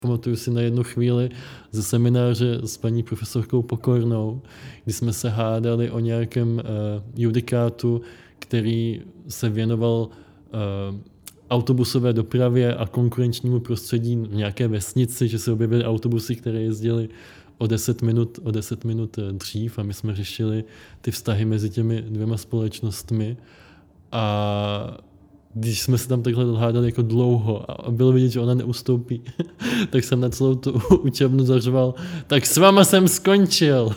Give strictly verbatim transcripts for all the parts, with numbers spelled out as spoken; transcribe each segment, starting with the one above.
Pamatuju si na jednu chvíli ze semináře s paní profesorkou Pokornou, kdy jsme se hádali o nějakém uh, judikátu, který se věnoval uh, autobusové dopravě a konkurenčnímu prostředí v nějaké vesnici, že se objevily autobusy, které jezdily o deset minut, o deset minut dřív a my jsme řešili ty vztahy mezi těmi dvěma společnostmi. A když jsme se tam takhle hádali jako dlouho a bylo vidět, že ona neustoupí, tak jsem na celou tu učebnu zařval, tak s váma jsem skončil.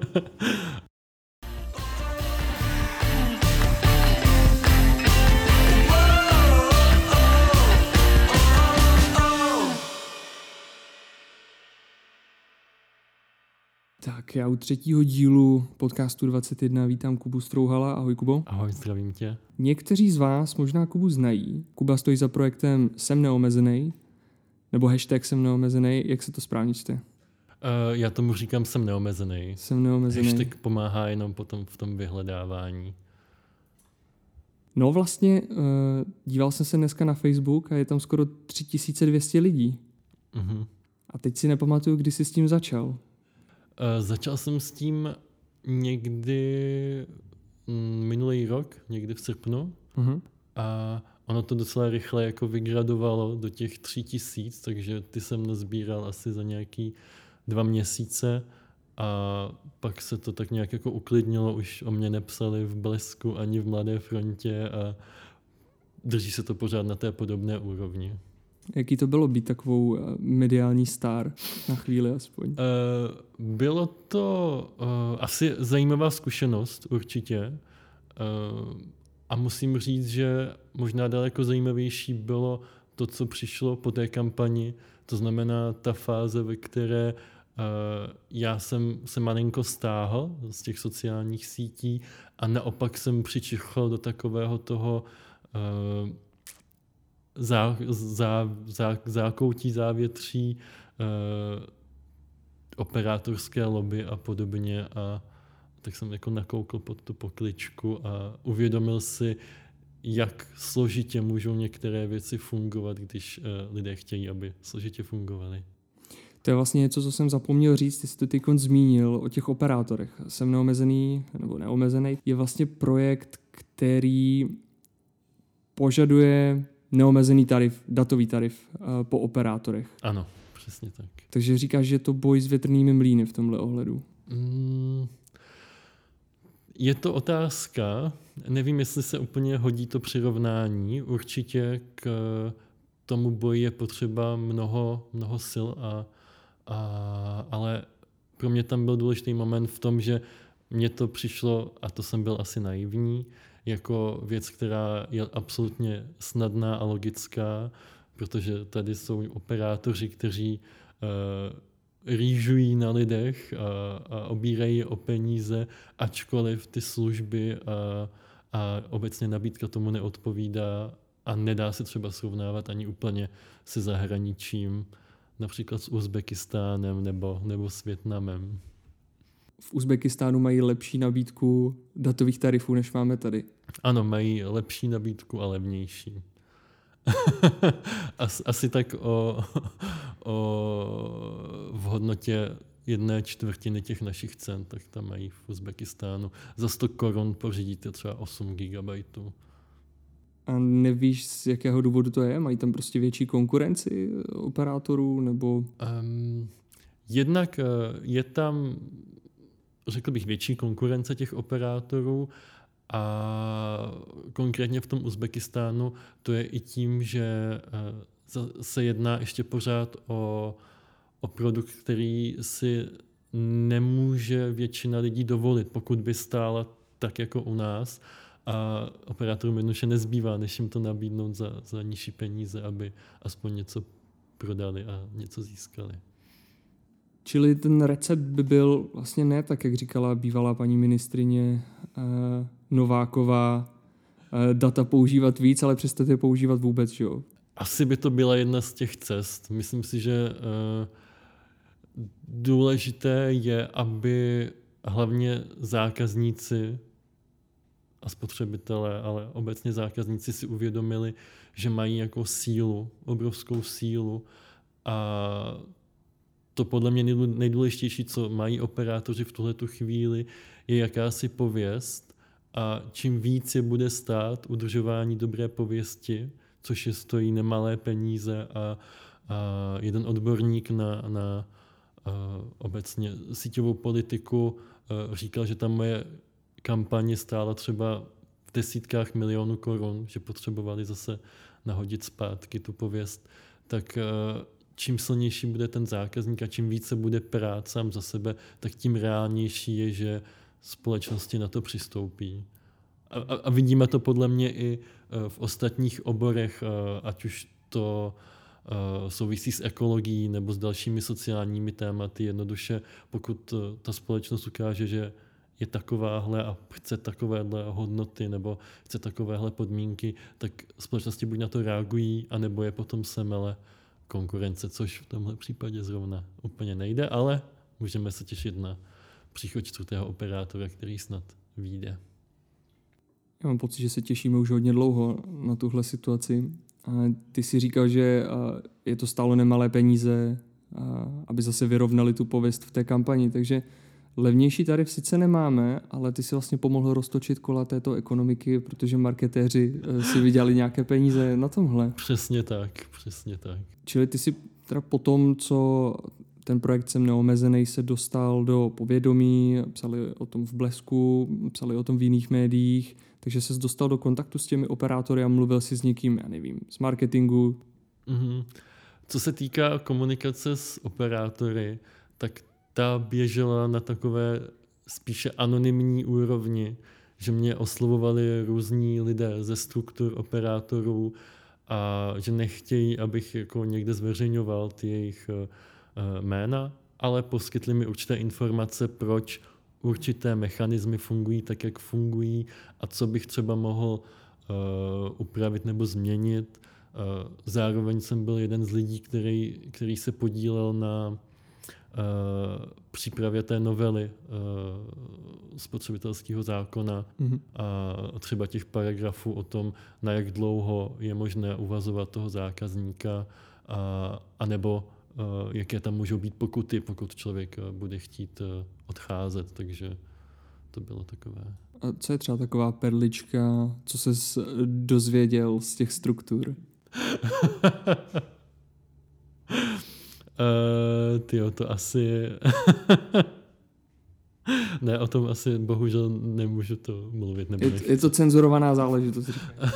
Tak já u třetího dílu podcastu dvacet jedna vítám Kubu Strouhala. Ahoj, Kubo. Ahoj, zdravím tě. Někteří z vás možná Kubu znají. Kuba stojí za projektem Jsem neomezený, nebo hashtag Jsem neomezený. Jak se to správně čte? Uh, já tomu říkám Jsem neomezený. Jsem neomezený. Hashtag pomáhá jenom potom v tom vyhledávání. No vlastně, uh, díval jsem se dneska na Facebook a je tam skoro tři tisíce dvě stě lidí. Uh-huh. A teď si nepamatuju, kdy jsi s tím začal. Uh, začal jsem s tím někdy mm, minulý rok, někdy v srpnu. Uh-huh. A ono to docela rychle jako vygradovalo do těch tří tisíc, takže ty jsem nazbíral asi za nějaký dva měsíce a pak se to tak nějak jako uklidnilo, už o mě nepsali v Blesku ani v Mladé frontě a drží se to pořád na té podobné úrovni. Jaký to bylo být takovou mediální star na chvíli aspoň? Uh, bylo to uh, asi zajímavá zkušenost určitě. Uh, A musím říct, že možná daleko zajímavější bylo to, co přišlo po té kampani. To znamená ta fáze, ve které uh, já jsem se malinko stáhl z těch sociálních sítí a naopak jsem přičichl do takového toho uh, zá, zá, zá, zákoutí, závětří uh, operátorské lobby a podobně a tak jsem jako nakoukl pod tu pokličku a uvědomil si, jak složitě můžou některé věci fungovat, když uh, lidé chtějí, aby složitě fungovaly. To je vlastně něco, co jsem zapomněl říct, ty jsi to teď zmínil o těch operátorech. Jsem neomezený, nebo neomezený, je vlastně projekt, který požaduje neomezený tarif, datový tarif uh, po operátorech. Ano, přesně tak. Takže říkáš, že je to boj s větrnými mlýny v tomhle ohledu. Mm. Je to otázka, nevím, jestli se úplně hodí to přirovnání. Určitě k tomu boji je potřeba mnoho, mnoho sil, a, a, ale pro mě tam byl důležitý moment v tom, že mně to přišlo, a to jsem byl asi naivní, jako věc, která je absolutně snadná a logická, protože tady jsou operátoři, kteří uh, rýžují na lidech a, a obírají je o peníze, ačkoliv ty služby a, a obecně nabídka tomu neodpovídá a nedá se třeba srovnávat ani úplně se zahraničím, například s Uzbekistánem nebo, nebo s Vietnamem. V Uzbekistánu mají lepší nabídku datových tarifů, než máme tady. Ano, mají lepší nabídku a levnější. Asi tak o, o v hodnotě jedné čtvrtiny těch našich cen, tak tam mají v Uzbekistánu. Za sto korun pořídíte třeba osm gigabajtů. A nevíš, z jakého důvodu to je? Mají tam prostě větší konkurenci operátorů, nebo? Um, jednak je tam, řekl bych, větší konkurence těch operátorů, a konkrétně v tom Uzbekistánu to je i tím, že se jedná ještě pořád o, o produkt, který si nemůže většina lidí dovolit, pokud by stála tak jako u nás. A operátorům jednoduše nezbývá, než jim to nabídnout za, za nižší peníze, aby aspoň něco prodali a něco získali. Čili ten recept by byl vlastně ne tak, jak říkala bývalá paní ministryně eh, Nováková, eh, data používat víc, ale přestat je používat vůbec, že jo? Asi by to byla jedna z těch cest. Myslím si, že eh, důležité je, aby hlavně zákazníci a spotřebitelé, ale obecně zákazníci si uvědomili, že mají jako sílu, obrovskou sílu A to podle mě nejdůležitější, co mají operátoři v tuhletu chvíli, je jakási pověst a čím víc je bude stát udržování dobré pověsti, což je stojí nemalé peníze a, a jeden odborník na, na a, obecně síťovou politiku a, říkal, že ta moje kampaně stála třeba v desítkách milionů korun, že potřebovali zase nahodit zpátky tu pověst, tak a, čím silnější bude ten zákazník a čím více bude prát sám za sebe, tak tím reálnější je, že společnosti na to přistoupí. A, a vidíme to podle mě i v ostatních oborech, ať už to souvisí s ekologií nebo s dalšími sociálními tématy. Jednoduše, pokud ta společnost ukáže, že je takováhle a chce takovéhle hodnoty nebo chce takovéhle podmínky, tak společnosti buď na to reagují, anebo je potom semele konkurence, což v tomhle případě zrovna úplně nejde, ale můžeme se těšit na příchod čtvrtého operátora, který snad vyjde. Já mám pocit, že se těšíme už hodně dlouho na tuhle situaci. A ty si říkal, že je to stálo nemalé peníze, aby zase vyrovnali tu pověst v té kampani, takže levnější tarif sice nemáme, ale ty si vlastně pomohl roztočit kola této ekonomiky, protože marketéři si vydělali nějaké peníze na tomhle. Přesně tak, přesně tak. Čili ty si teda po tom, co ten projekt Jsem neomezený se dostal do povědomí, psali o tom v Blesku, psali o tom v jiných médiích, takže ses dostal do kontaktu s těmi operátory a mluvil si s někým, já nevím, z marketingu. Mm-hmm. Co se týká komunikace s operátory, tak ta běžela na takové spíše anonymní úrovni, že mě oslovovali různí lidé ze struktur operátorů a že nechtějí, abych jako někde zveřejňoval ty jejich uh, jména, ale poskytli mi určité informace, proč určité mechanismy fungují tak, jak fungují a co bych třeba mohl uh, upravit nebo změnit. Uh, zároveň jsem byl jeden z lidí, který, který se podílel na Uh, přípravě té novely uh, spotřebitelského zákona mm-hmm. a třeba těch paragrafů o tom, na jak dlouho je možné uvazovat toho zákazníka a, a nebo uh, jaké tam můžou být pokuty, pokud člověk uh, bude chtít uh, odcházet, takže to bylo takové. A co je třeba taková perlička, co ses dozvěděl z těch struktur? Uh, tyjo, to asi... ne, o tom asi bohužel nemůžu to mluvit. Nebo je, je to cenzurovaná záležitost.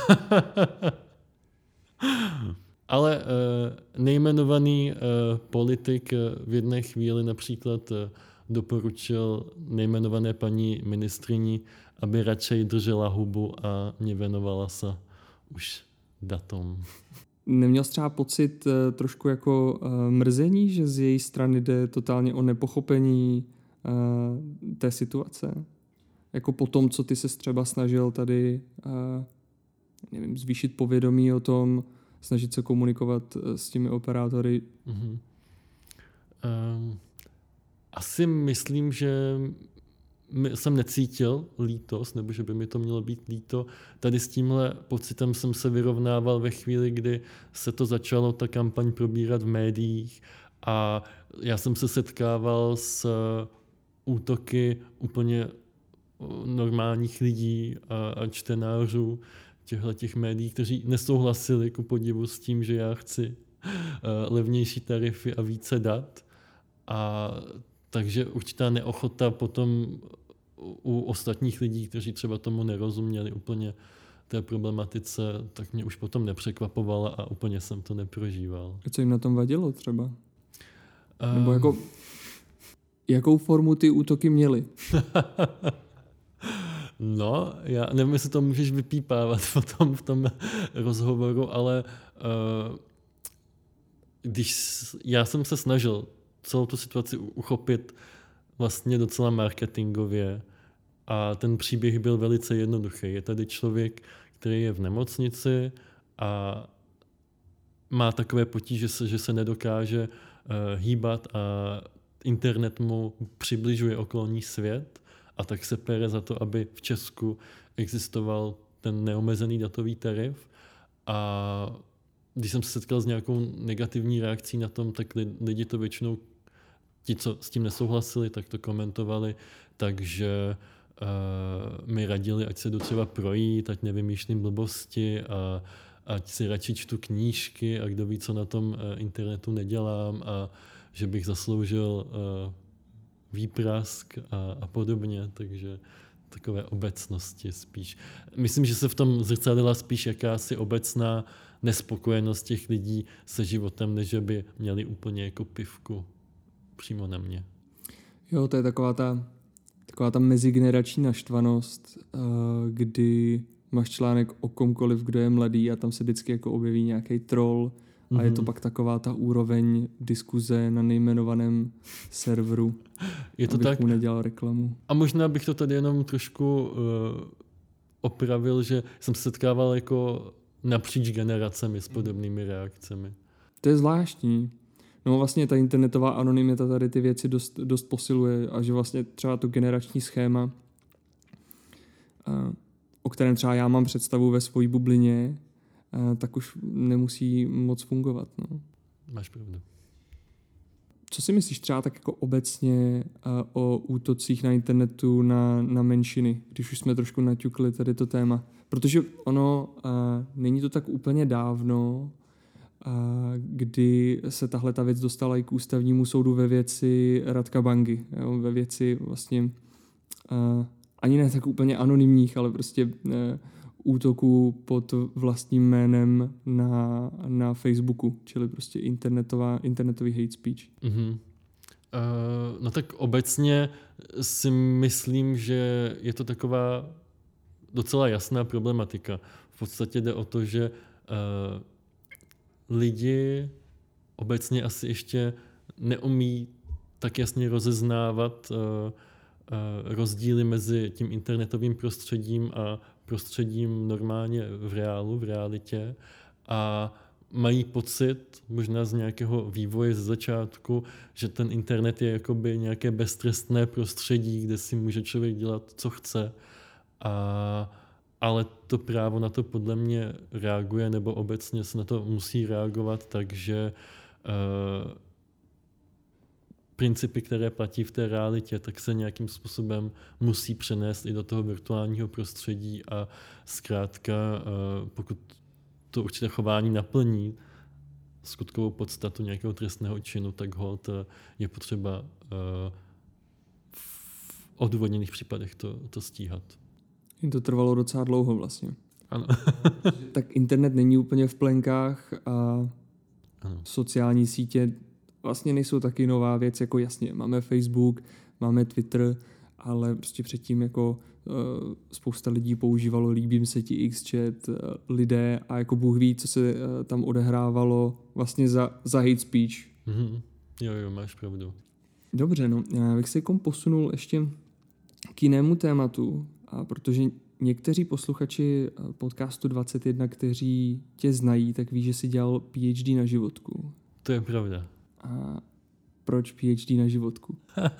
Ale uh, nejmenovaný uh, politik uh, v jedné chvíli například uh, doporučil nejmenované paní ministrini, aby radši držela hubu a mě věnovala se už datom. Neměl jsi třeba pocit uh, trošku jako uh, mrzení, že z její strany jde totálně o nepochopení uh, té situace? Jako po tom, co ty ses třeba snažil tady uh, nevím, zvýšit povědomí o tom, snažit se komunikovat uh, s těmi operátory? Mm-hmm. Um, asi myslím, že jsem necítil lítost, nebo že by mi to mělo být líto. Tady s tímhle pocitem jsem se vyrovnával ve chvíli, kdy se to začalo, ta kampaň probírat v médiích a já jsem se setkával s útoky úplně normálních lidí a, a čtenářů těchto těch médií, kteří nesouhlasili ku podivu s tím, že já chci levnější tarify a více dat. A takže určitá neochota potom u ostatních lidí, kteří třeba tomu nerozuměli úplně té problematice, tak mě už potom nepřekvapovala a úplně jsem to neprožíval. A co jim na tom vadilo třeba? Um... Nebo jako, jakou formu ty útoky měly? No, já nevím, jestli to můžeš vypípávat potom v tom rozhovoru, ale uh, když já jsem se snažil celou tu situaci uchopit vlastně docela marketingově a ten příběh byl velice jednoduchý. Je tady člověk, který je v nemocnici a má takové potíže, že se nedokáže uh, hýbat a internet mu přibližuje okolní svět a tak se pere za to, aby v Česku existoval ten neomezený datový tarif a když jsem se setkal s nějakou negativní reakcí na tom, tak lidi to většinou, ti, co s tím nesouhlasili, tak to komentovali, takže uh, mi radili, ať se jdu třeba projít, ať nevymýšlím blbosti a ať si radši čtu knížky a kdo ví, co na tom uh, internetu nedělám a že bych zasloužil uh, výprask a, a podobně, takže takové obecnosti spíš. Myslím, že se v tom zrcadlila spíš jakási obecná nespokojenost těch lidí se životem, než by měli úplně jako pivku přímo na mě. Jo, to je taková ta, taková ta mezigenerační naštvanost, kdy máš článek o komkoliv, kdo je mladý a tam se vždycky jako objeví nějaký troll a mm-hmm. je to pak taková ta úroveň diskuze na nejmenovaném serveru, je to abych tak? mu nedělal reklamu. A možná bych to tady jenom trošku uh, opravil, že jsem se setkával jako napříč generacemi s podobnými reakcemi. To je zvláštní. No vlastně ta internetová anonymita tady ty věci dost, dost posiluje a že vlastně třeba to generační schéma, o kterém třeba já mám představu ve své bublině, tak už nemusí moc fungovat. No. Máš pravdu. Co si myslíš třeba tak jako obecně o útocích na internetu na, na menšiny, když už jsme trošku naťukli tady to téma? Protože ono není to tak úplně dávno, kdy se tahle ta věc dostala i k ústavnímu soudu ve věci Radka Bangy, jo, ve věci vlastně uh, ani ne tak úplně anonymních, ale prostě uh, útoků pod vlastním jménem na, na Facebooku, čili prostě internetová, internetový hate speech. Mm-hmm. Uh, no tak obecně si myslím, že je to taková docela jasná problematika. V podstatě jde o to, že uh, lidi obecně asi ještě neumí tak jasně rozeznávat uh, uh, rozdíly mezi tím internetovým prostředím a prostředím normálně v reálu, v realitě a mají pocit, možná z nějakého vývoje ze začátku, že ten internet je jakoby nějaké beztrestné prostředí, kde si může člověk dělat, co chce. A ale to právo na to podle mě reaguje, nebo obecně se na to musí reagovat, takže uh, principy, které platí v té realitě, tak se nějakým způsobem musí přenést i do toho virtuálního prostředí a zkrátka, uh, pokud to určité chování naplní skutkovou podstatu nějakého trestného činu, tak holt je potřeba uh, v odůvodněných případech to, to stíhat. Jim to trvalo docela dlouho vlastně. Ano. Tak internet není úplně v plenkách a ano. Sociální sítě vlastně nejsou taky nová věc, jako jasně, máme Facebook, máme Twitter, ale prostě předtím jako uh, spousta lidí používalo líbím se ti Xchat, uh, lidé a jako Bůh ví, co se uh, tam odehrávalo vlastně za, za hate speech. Mm-hmm. Jo, jo, máš pravdu. Dobře, no, já bych se kom posunul ještě k jinému tématu, a protože někteří posluchači podcastu dvacet jedna, kteří tě znají, tak ví, že jsi dělal PhD na životku. To je pravda. A proč PhD na životku?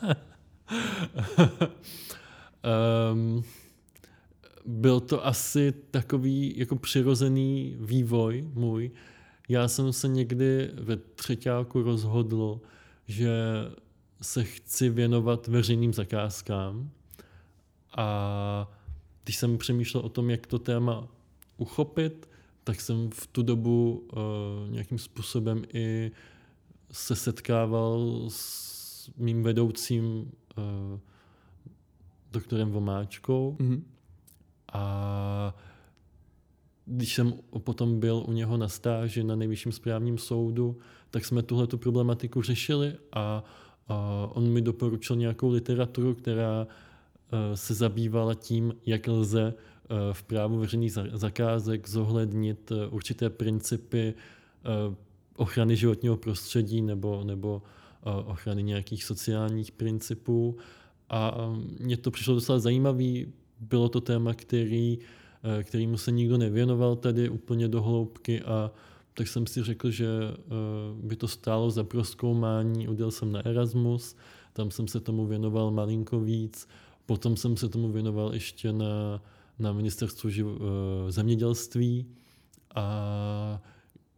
um, byl to asi takový jako přirozený vývoj můj. Já jsem se někdy ve třeťáku rozhodl, že se chci věnovat veřejným zakázkám. A když jsem přemýšlel o tom, jak to téma uchopit, tak jsem v tu dobu uh, nějakým způsobem i se setkával s mým vedoucím uh, doktorem Vomáčkou. Mm-hmm. A když jsem potom byl u něho na stáži na Nejvyšším správním soudu, tak jsme tuhletu problematiku řešili a, a on mi doporučil nějakou literaturu, která se zabývala tím, jak lze v právu veřejných zakázek zohlednit určité principy ochrany životního prostředí nebo, nebo ochrany nějakých sociálních principů. A mně to přišlo docela zajímavý. Bylo to téma, který, kterému se nikdo nevěnoval tady úplně do hloubky a tak jsem si řekl, že by to stálo za prozkoumání. Odjel jsem na Erasmus, tam jsem se tomu věnoval malinko víc. Potom jsem se tomu věnoval ještě na, na ministerstvu živ, zemědělství a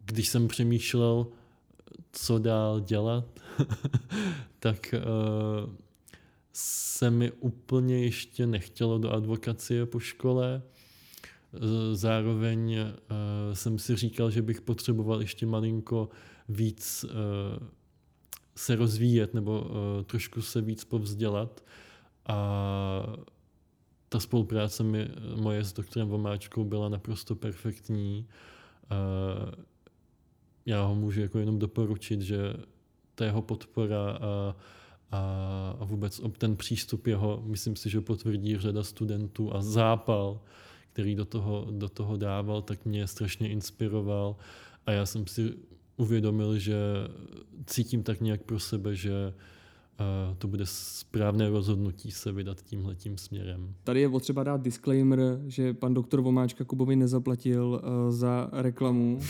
když jsem přemýšlel, co dál dělat, tak uh, se mi úplně ještě nechtělo do advokacie po škole. Zároveň uh, jsem si říkal, že bych potřeboval ještě malinko víc uh, se rozvíjet nebo uh, trošku se víc povzdělat. A ta spolupráce mi, moje s doktorem Vomáčkou byla naprosto perfektní. Uh, já ho můžu jako jenom doporučit, že ta jeho podpora a, a, a vůbec ten přístup jeho, myslím si, že potvrdí řada studentů a zápal, který do toho, do toho dával, tak mě strašně inspiroval a já jsem si uvědomil, že cítím tak nějak pro sebe, že uh, to bude správné rozhodnutí se vydat tímhletím směrem. Tady je potřeba dát disclaimer, že pan doktor Vomáčka Kubovi nezaplatil uh, za reklamu.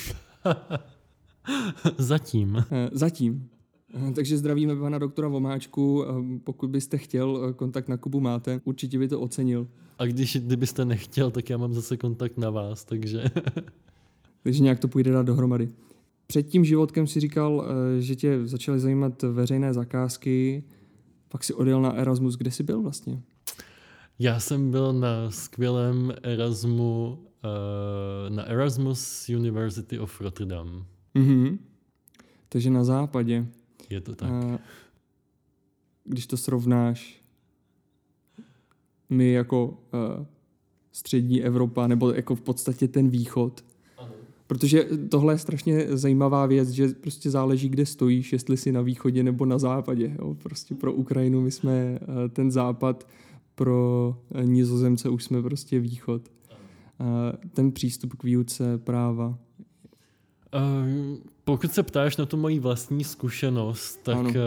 Zatím. Uh, zatím. Uh, takže zdravíme pana doktora Vomáčku. Uh, pokud byste chtěl, uh, kontakt na Kubu máte. Určitě by to ocenil. A když, kdybyste nechtěl, tak já mám zase kontakt na vás, takže... takže nějak to půjde dát dohromady. Před tím životkem si říkal, že tě začaly zajímat veřejné zakázky, pak si odjel na Erasmus. Kde jsi byl vlastně? Já jsem byl na skvělém Erasmu, na Erasmus University of Rotterdam. Mm-hmm. Takže na západě. Je to tak. A když to srovnáš, my jako uh, střední Evropa, nebo jako v podstatě ten východ, protože tohle je strašně zajímavá věc, že prostě záleží, kde stojíš, jestli jsi na východě nebo na západě. Jo. Prostě pro Ukrajinu my jsme ten západ, pro Nizozemce už jsme prostě východ. Ten přístup k výuce práva. Uh, pokud se ptáš na tu moji vlastní zkušenost, tak uh,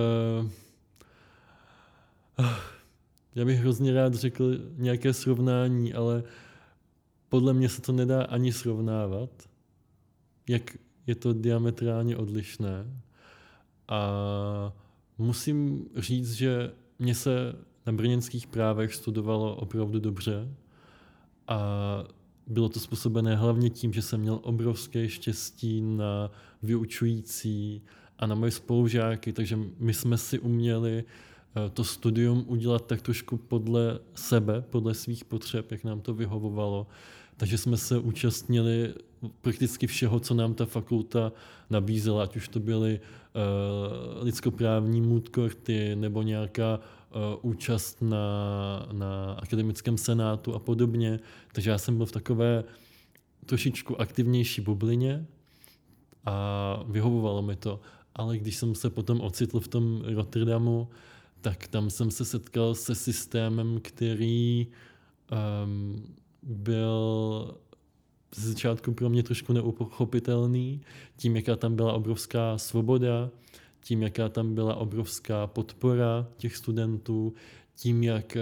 uh, já bych hrozně rád řekl nějaké srovnání, ale podle mě se to nedá ani srovnávat. Jak je to diametrálně odlišné. A musím říct, že mě se na brněnských právech studovalo opravdu dobře a bylo to způsobené hlavně tím, že jsem měl obrovské štěstí na vyučující a na moje spolužáky, takže my jsme si uměli to studium udělat tak trošku podle sebe, podle svých potřeb, jak nám to vyhovovalo. Takže jsme se účastnili prakticky všeho, co nám ta fakulta nabízela, ať už to byly uh, lidskoprávní moot courty nebo nějaká uh, účast na, na akademickém senátu a podobně. Takže já jsem byl v takové trošičku aktivnější bublině a vyhovovalo mi to. Ale když jsem se potom ocitl v tom Rotterdamu, tak tam jsem se setkal se systémem, který um, byl ze začátku pro mě trošku neuchopitelný, tím, jaká tam byla obrovská svoboda, tím, jaká tam byla obrovská podpora těch studentů, tím, jak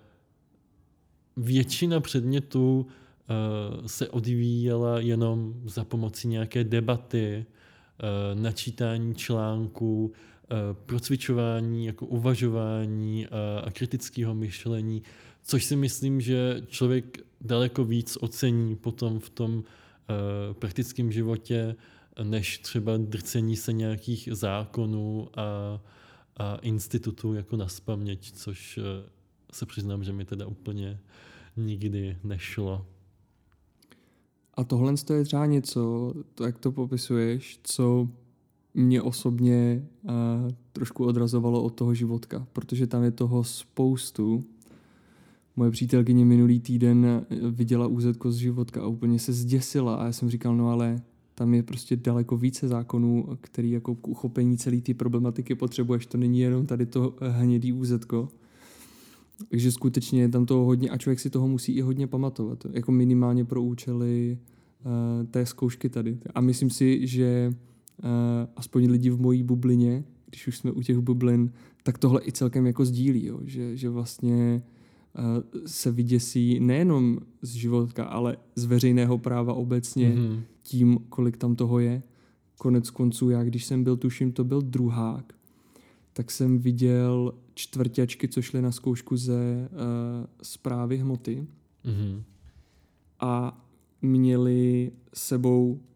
většina předmětů se odvíjela jenom za pomocí nějaké debaty, načítání článků, procvičování, jako uvažování a kritického myšlení, což si myslím, že člověk daleko víc ocení potom v tom uh, praktickém životě, než třeba drcení se nějakých zákonů a, a institutů jako nazpaměť, což uh, se přiznám, že mi teda úplně nikdy nešlo. A tohle je třeba něco, to, jak to popisuješ, co mě osobně uh, trošku odrazovalo od toho životka, protože tam je toho spoustu. Moje přítelkyně minulý týden viděla úzetko z životka a úplně se zděsila a já jsem říkal, no ale tam je prostě daleko více zákonů, který jako k uchopení celé té problematiky potřebuješ, to není jenom tady to hnědý úzetko. Takže skutečně je tam toho hodně a člověk si toho musí i hodně pamatovat, jako minimálně pro účely uh, té zkoušky tady. A myslím si, že uh, aspoň lidi v mojí bublině, když už jsme u těch bublin, tak tohle i celkem jako sdílí, jo? Že, že vlastně se vyděsí nejenom z životka, ale z veřejného práva obecně mm-hmm. tím, kolik tam toho je. Konec konců, já když jsem byl, tuším, to byl druhák, tak jsem viděl čtvrťačky, co šly na zkoušku ze uh, správy hmoty mm-hmm. a měli sebou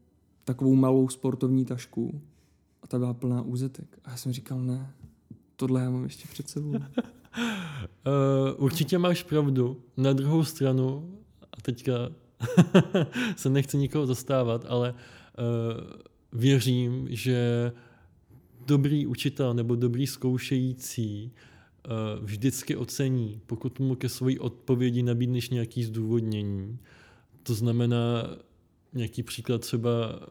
takovou malou sportovní tašku a ta byla plná úzetek. A já jsem říkal, ne, tohle já mám ještě před sebou. Uh, určitě máš pravdu. Na druhou stranu, a teďka se nechci nikoho zastávat, ale uh, věřím, že dobrý učitel nebo dobrý zkoušející uh, vždycky ocení, pokud mu ke své odpovědi nabídneš nějaký zdůvodnění. To znamená nějaký příklad třeba uh,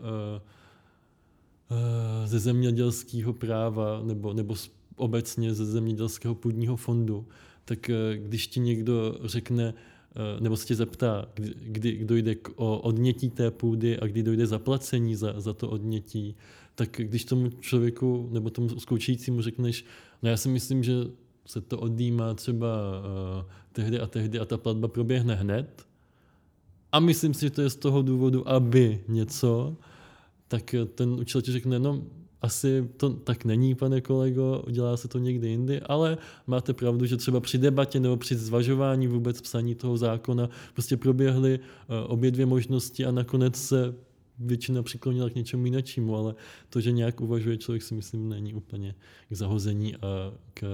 uh, ze zemědělského práva nebo, nebo obecně ze zemědělského půdního fondu, tak uh, když ti někdo řekne, uh, nebo se tě zeptá, kdy, kdy dojde k o odnětí té půdy a kdy dojde zaplacení za, za to odnětí, tak když tomu člověku nebo tomu zkoušejícímu řekneš, no já si myslím, že se to odjímá třeba uh, tehdy a tehdy a ta platba proběhne hned a myslím si, že to je z toho důvodu, aby něco, tak ten učitel ti řekne, no asi to tak není, pane kolego, udělá se to někdy jindy, ale máte pravdu, že třeba při debatě nebo při zvažování vůbec psaní toho zákona prostě proběhly uh, obě dvě možnosti a nakonec se většina přiklonila k něčemu jinému, ale to, že nějak uvažuje člověk, si myslím, není úplně k zahození a k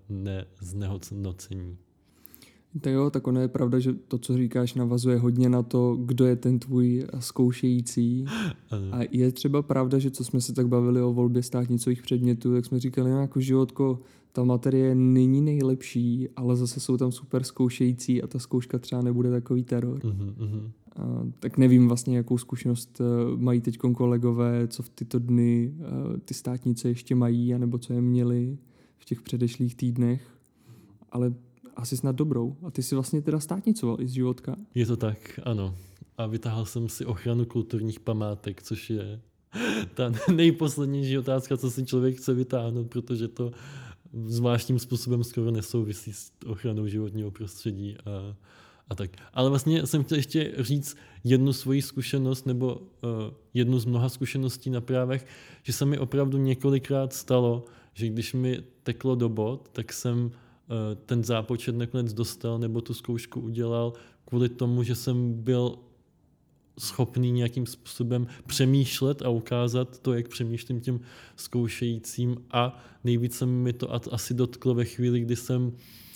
neznehodnocení. Tak jo, tak ono je pravda, že to, co říkáš, navazuje hodně na to, kdo je ten tvůj zkoušející. Ano. A je třeba pravda, že co jsme se tak bavili o volbě státnicových předmětů, tak jsme říkali, no jako životko, ta materie není nejlepší, ale zase jsou tam super zkoušející a ta zkouška třeba nebude takový teror. Uh-huh, uh-huh. A, tak nevím vlastně, jakou zkušenost uh, mají teď kolegové, co v tyto dny uh, ty státnice ještě mají, anebo co je měli v těch předešlých týdnech, ale asi snad dobrou. A ty jsi vlastně teda státnicoval i z životka. Je to tak, ano. A vytáhl jsem si ochranu kulturních památek, což je ta nejposlednější otázka, co si člověk chce vytáhnout, protože to zvláštním způsobem skoro nesouvisí s ochranou životního prostředí a, a tak. Ale vlastně jsem chtěl ještě říct jednu svoji zkušenost, nebo uh, jednu z mnoha zkušeností na právech, že se mi opravdu několikrát stalo, že když mi teklo do bod, tak jsem ten zápočet nakonec dostal nebo tu zkoušku udělal kvůli tomu, že jsem byl schopný nějakým způsobem přemýšlet a ukázat to, jak přemýšlím tím zkoušejícím a nejvíce mi to asi dotklo ve chvíli, kdy jsem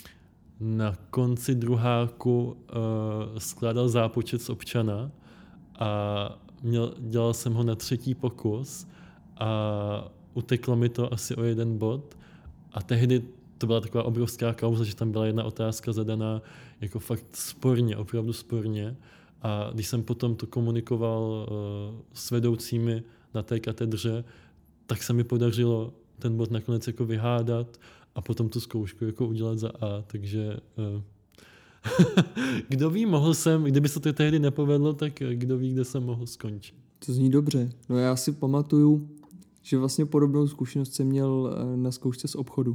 na konci druháku uh, skládal zápočet z občana a měl, dělal jsem ho na třetí pokus a uteklo mi to asi o jeden bod a tehdy to byla taková obrovská kauza, že tam byla jedna otázka zadaná jako fakt sporně, opravdu sporně. A když jsem potom to komunikoval uh, s vedoucími na té katedře, tak se mi podařilo ten bod nakonec jako vyhádat a potom tu zkoušku jako udělat za A. Takže uh, kdo ví, mohl jsem, kdyby se to tehdy nepovedlo, tak kdo ví, kde jsem mohl skončit. To zní dobře. No já si pamatuju, že vlastně podobnou zkušenost jsem měl na zkoušce z obchodu.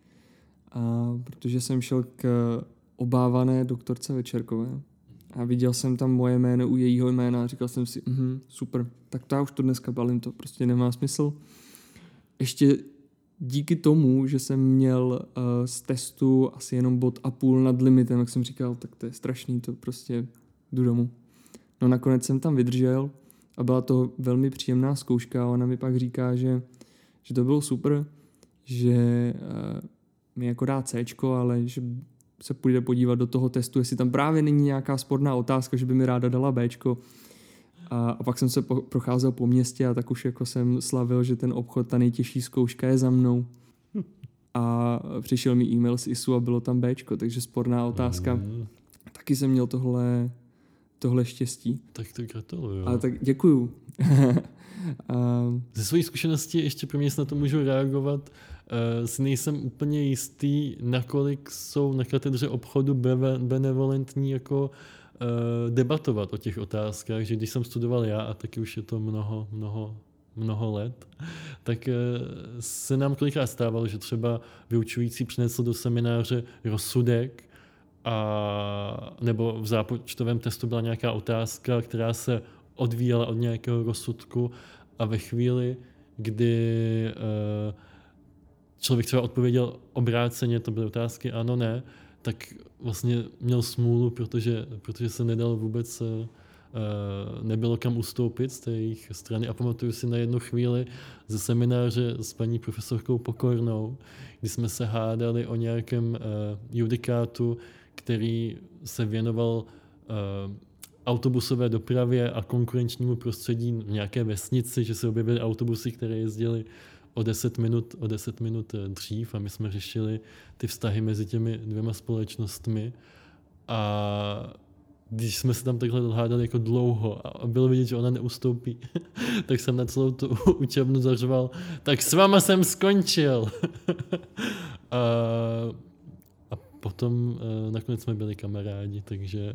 A protože jsem šel k obávané doktorce Večerkové a viděl jsem tam moje jméno u jejího jména a říkal jsem si, mhm, super, tak to já už to dneska balím, to prostě nemá smysl. Ještě díky tomu, že jsem měl uh, z testu asi jenom bod a půl nad limitem, jak jsem říkal, tak to je strašný, to prostě jdu domů. No nakonec jsem tam vydržel a byla to velmi příjemná zkouška a ona mi pak říká, že, že to bylo super, že uh, mi jako dá Cčko, ale že se půjde podívat do toho testu, jestli tam právě není nějaká sporná otázka, že by mi ráda dala Bčko. A, a pak jsem se po, procházel po městě a tak už jako jsem slavil, že ten obchod, ta nejtěžší zkouška je za mnou. A přišel mi e-mail z I S U a bylo tam Bčko, takže sporná otázka. Mm. Taky jsem měl tohle, tohle štěstí. Tak to gratuluju. Ale tak děkuju. a... Ze své zkušenosti ještě pro mě na to můžu reagovat. Uh, si nejsem úplně jistý, nakolik jsou na katedře obchodu benevolentní jako uh, debatovat o těch otázkách, že když jsem studoval já, a taky už je to mnoho, mnoho, mnoho let, tak uh, se nám kolikrát stávalo, že třeba vyučující přinesl do semináře rozsudek a, nebo v zápočtovém testu byla nějaká otázka, která se odvíjela od nějakého rozsudku a ve chvíli, kdy uh, člověk třeba odpověděl obráceně, to byly otázky ano, ne, tak vlastně měl smůlu, protože, protože se nedal vůbec nebylo kam ustoupit z té jejich strany a pamatuju si na jednu chvíli ze semináře s paní profesorkou Pokornou, kdy jsme se hádali o nějakém judikátu, který se věnoval autobusové dopravě a konkurenčnímu prostředí v nějaké vesnici, že se objevily autobusy, které jezdily o deset minut, o deset minut dřív a my jsme řešili ty vztahy mezi těmi dvěma společnostmi a když jsme se tam takhle hádali jako dlouho a bylo vidět, že ona neustoupí, tak jsem na celou tu učebnu zařval, tak s váma jsem skončil. a, a potom nakonec jsme byli kamarádi, takže...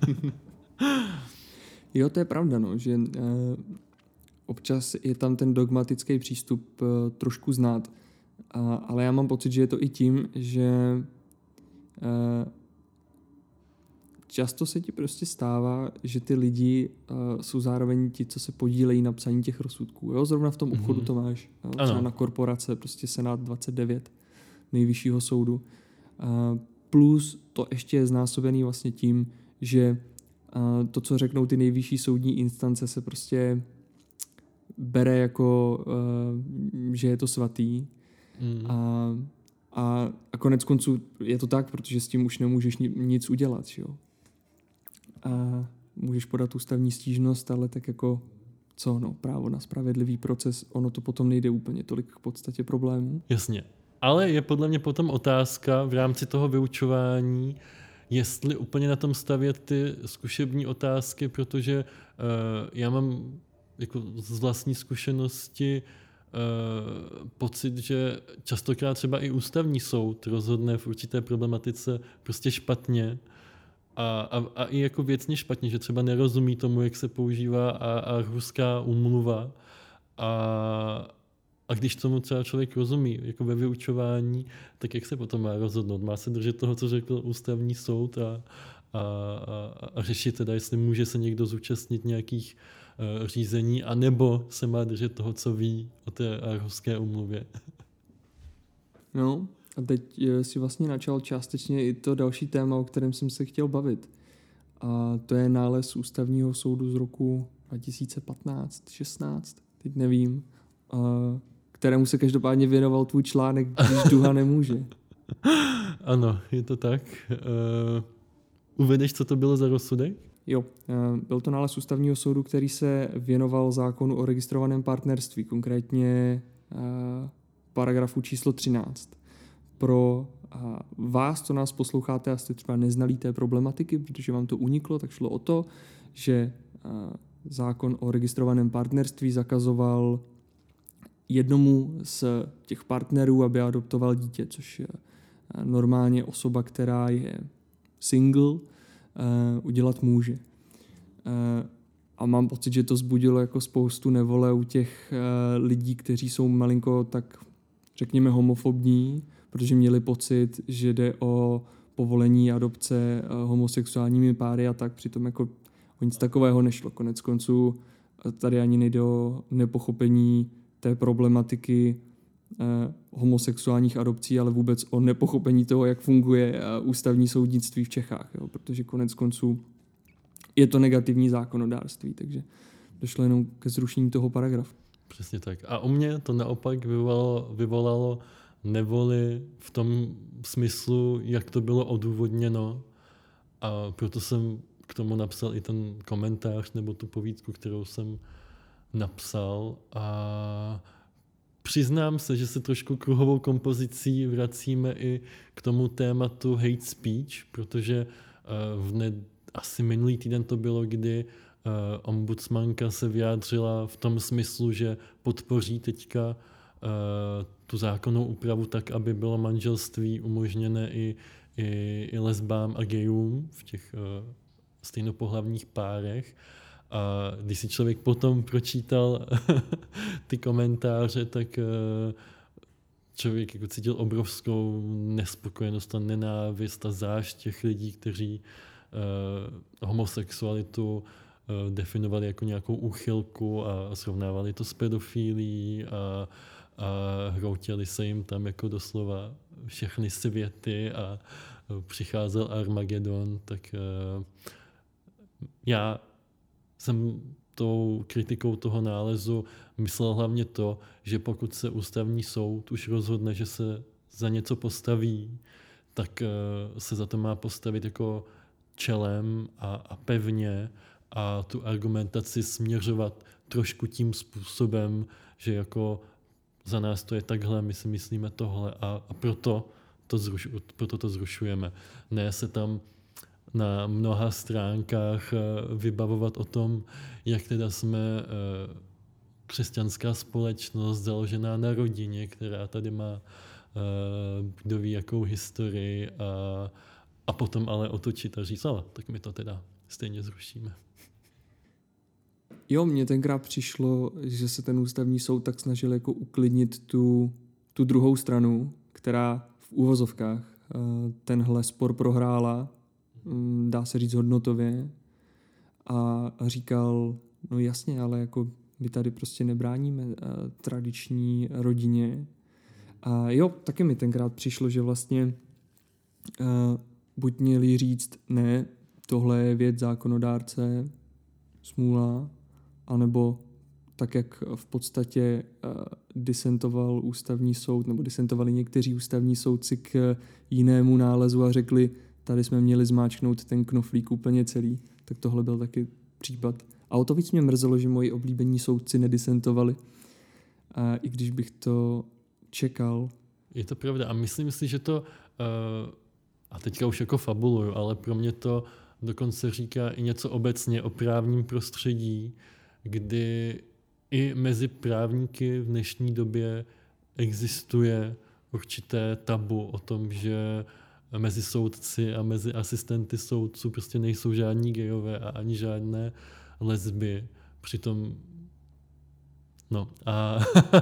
Jo, to je pravda, no, že uh, občas je tam ten dogmatický přístup uh, trošku znát, uh, ale já mám pocit, že je to i tím, že uh, často se ti prostě stává, že ty lidi uh, jsou zároveň ti, co se podílejí na psaní těch rozsudků. Jo? Zrovna v tom obchodu mm-hmm. to máš. Uh, třeba na korporace, prostě Senát dvacet devět nejvyššího soudu. Uh, plus to ještě je znásobený vlastně tím, že uh, to, co řeknou ty nejvyšší soudní instance, se prostě bere jako, uh, že je to svatý. Mm. A, a, a konec konců je to tak, protože s tím už nemůžeš ni, nic udělat. Jo? A můžeš podat ústavní stížnost, ale tak jako co, no, právo na spravedlivý proces, ono to potom nejde úplně tolik k podstatě problémů. Jasně. Ale je podle mě potom otázka v rámci toho vyučování, jestli úplně na tom stavět ty zkušební otázky, protože uh, já mám jako z vlastní zkušenosti uh, pocit, že častokrát třeba i ústavní soud rozhodne v určité problematice prostě špatně a, a, a i jako věcně špatně, že třeba nerozumí tomu, jak se používá a, a ruská úmluva a A když tomu třeba člověk rozumí, jako ve vyučování, tak jak se potom má rozhodnout? Má se držet toho, co řekl ústavní soud a, a, a, a řešit teda, jestli může se někdo zúčastnit nějakých uh, řízení, anebo se má držet toho, co ví o té ruské úmluvě. No a teď si vlastně načal částečně i to další téma, o kterém jsem se chtěl bavit. A to je nález ústavního soudu z roku dva tisíce patnáct šestnáct, teď nevím, a kterému se každopádně věnoval tvůj článek, když duha nemůže. Ano, je to tak. Uh, uvedeš, co to bylo za rozsudek? Jo, uh, byl to nález ústavního soudu, který se věnoval zákonu o registrovaném partnerství, konkrétně uh, paragrafu číslo třináct. Pro uh, vás, co nás posloucháte a jste třeba neznalí té problematiky, protože vám to uniklo, tak šlo o to, že uh, zákon o registrovaném partnerství zakazoval jednomu z těch partnerů, aby adoptoval dítě, což je normálně osoba, která je single, uh, udělat může. Uh, a mám pocit, že to vzbudilo jako spoustu nevole u těch uh, lidí, kteří jsou malinko tak, řekněme, homofobní, protože měli pocit, že jde o povolení adopce uh, homosexuálními páry a tak, přitom jako o nic takového nešlo. Konec konců tady ani nejde o nepochopení té problematiky eh, homosexuálních adopcí, ale vůbec o nepochopení toho, jak funguje eh, ústavní soudnictví v Čechách, jo? Protože konec konců je to negativní zákonodárství, takže došlo jenom ke zrušení toho paragrafu. Přesně tak. A u mě to naopak vyvolalo, vyvolalo nevoli v tom smyslu, jak to bylo odůvodněno, a proto jsem k tomu napsal i ten komentář nebo tu povídku, kterou jsem napsal, a přiznám se, že se trošku kruhovou kompozicí vracíme i k tomu tématu hate speech, protože v ne, asi minulý týden to bylo, kdy ombudsmanka se vyjádřila v tom smyslu, že podpoří teďka tu zákonnou úpravu tak, aby bylo manželství umožněné i, i, i lesbám a gayům v těch stejnopohlavních párech. A když si člověk potom pročítal ty komentáře, tak člověk jako cítil obrovskou nespokojenost a nenávist a zášť těch lidí, kteří homosexualitu definovali jako nějakou úchylku a srovnávali to s pedofílií a, a hroutěli se jim tam jako doslova všechny světy a přicházel Armagedon, tak já jsem tou kritikou toho nálezu myslel hlavně to, že pokud se ústavní soud už rozhodne, že se za něco postaví, tak se za to má postavit jako čelem a, a pevně a tu argumentaci směřovat trošku tím způsobem, že jako za nás to je takhle, my si myslíme tohle a, a proto, to zruš, proto to zrušujeme. Ne se tam na mnoha stránkách vybavovat o tom, jak teda jsme křesťanská společnost založená na rodině, která tady má kdo ví jakou historii a, a potom ale otočit a říct, ale tak my to teda stejně zrušíme. Jo, mně tenkrát přišlo, že se ten ústavní soud tak snažil jako uklidnit tu, tu druhou stranu, která v úvozovkách tenhle spor prohrála, dá se říct hodnotově, a říkal, no jasně, ale jako my tady prostě nebráníme tradiční rodině. A jo, taky mi tenkrát přišlo, že vlastně uh, buď měli říct, ne, tohle je věc zákonodárce, smůla, anebo tak, jak v podstatě uh, disentoval ústavní soud, nebo disentovali někteří ústavní soudci k jinému nálezu a řekli, tady jsme měli zmáčknout ten knoflík úplně celý, tak tohle byl taky případ. A o to víc mě mrzelo, že moji oblíbení soudci nedisentovali. A i když bych to čekal. Je to pravda a myslím si, že to, uh, a teďka už jako fabuluju, ale pro mě to dokonce říká i něco obecně o právním prostředí, kdy i mezi právníky v dnešní době existuje určité tabu o tom, že mezi soudci a mezi asistenty soudců prostě nejsou žádní gejové a ani žádné lesby. Přitom no a,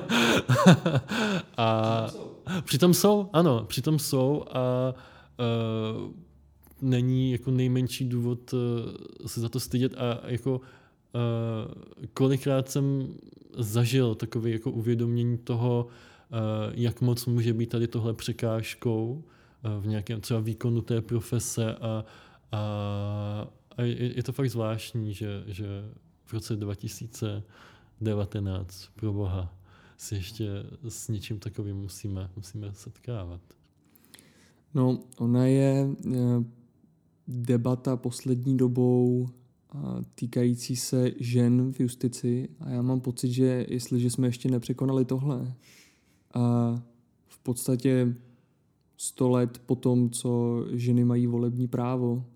a přitom jsou, ano, přitom jsou a uh, není jako nejmenší důvod uh, se za to stydět a jako uh, kolikrát jsem zažil takové jako uvědomění toho, uh, jak moc může být tady tohle překážkou uh, v nějakém třeba výkonu té profese a, a, a je, je to fakt zvláštní, že, že v roce dva tisíce devatenáct, pro boha, si ještě s něčím takovým musíme, musíme setkávat. No, ona je debata poslední dobou týkající se žen v justici a já mám pocit, že jestliže jsme ještě nepřekonali tohle a v podstatě sto let po tom, co ženy mají volební právo,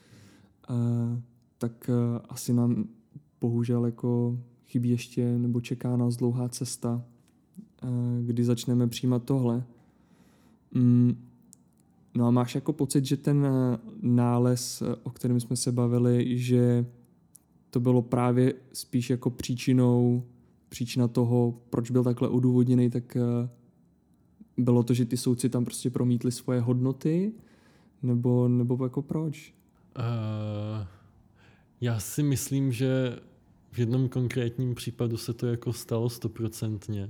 tak asi nám bohužel jako chybí ještě, nebo čeká nás dlouhá cesta, kdy začneme přijímat tohle. No a máš jako pocit, že ten nález, o kterém jsme se bavili, že to bylo právě spíš jako příčinou, příčina toho, proč byl takhle odůvodněný, tak bylo to, že ty soudci tam prostě promítli svoje hodnoty, nebo, nebo jako proč? Uh, já si myslím, že v jednom konkrétním případu se to jako stalo stoprocentně.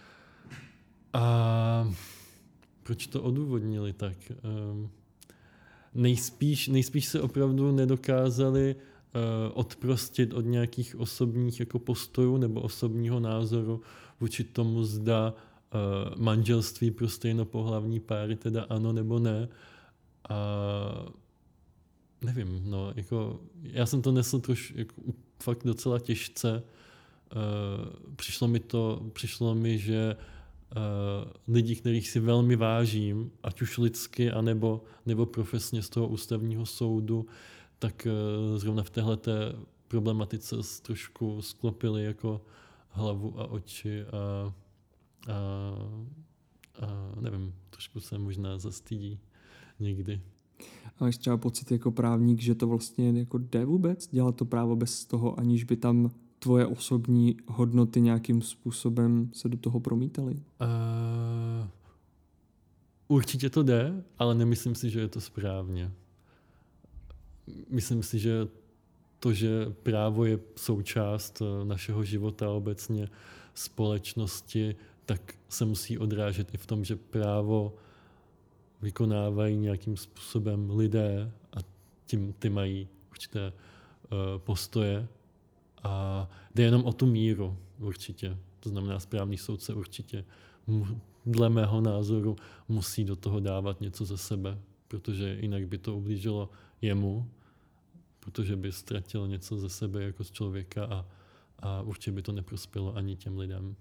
A proč to odůvodnili tak? Um, nejspíš, nejspíš se opravdu nedokázali uh, odprostit od nějakých osobních jako postojů nebo osobního názoru vůči tomu, zda uh, manželství pro stejnopohlavní páry teda ano nebo ne. A nevím, no, jako já jsem to nesl trošku jako, fakt docela těžce. Uh, přišlo mi to, přišlo mi, že uh, lidi, kterých si velmi vážím, ať už lidsky, anebo, nebo profesně z toho ústavního soudu, tak uh, zrovna v téhleté problematice trošku sklopili jako hlavu a oči a, a, a nevím, trošku se možná zastydí někdy. A máš třeba pocit jako právník, že to vlastně jako jde vůbec dělat to právo bez toho, aniž by tam tvoje osobní hodnoty nějakým způsobem se do toho promítaly? Uh, určitě to jde, ale nemyslím si, že je to správně. Myslím si, že to, že právo je součást našeho života obecně společnosti, tak se musí odrážet i v tom, že právo vykonávají nějakým způsobem lidé a tím ty mají určité uh, postoje A jde jenom o tu míru určitě. To znamená, správný soudce určitě, dle mého názoru, musí do toho dávat něco ze sebe, protože jinak by to ublížilo jemu, protože by ztratil něco ze sebe jako z člověka a, a určitě by to neprospělo ani těm lidem.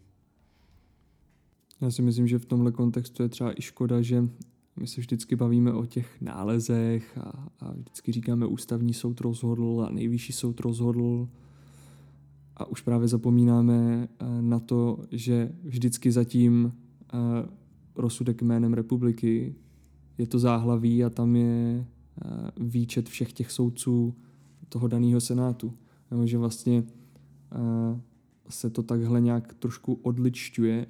Já si myslím, že v tomhle kontextu je třeba i škoda, že my se vždycky bavíme o těch nálezech a, a vždycky říkáme ústavní soud rozhodl a nejvyšší soud rozhodl a už právě zapomínáme na to, že vždycky zatím rozsudek jménem republiky je to záhlaví a tam je výčet všech těch soudců toho daného senátu. Že vlastně se to takhle nějak trošku odličťuje.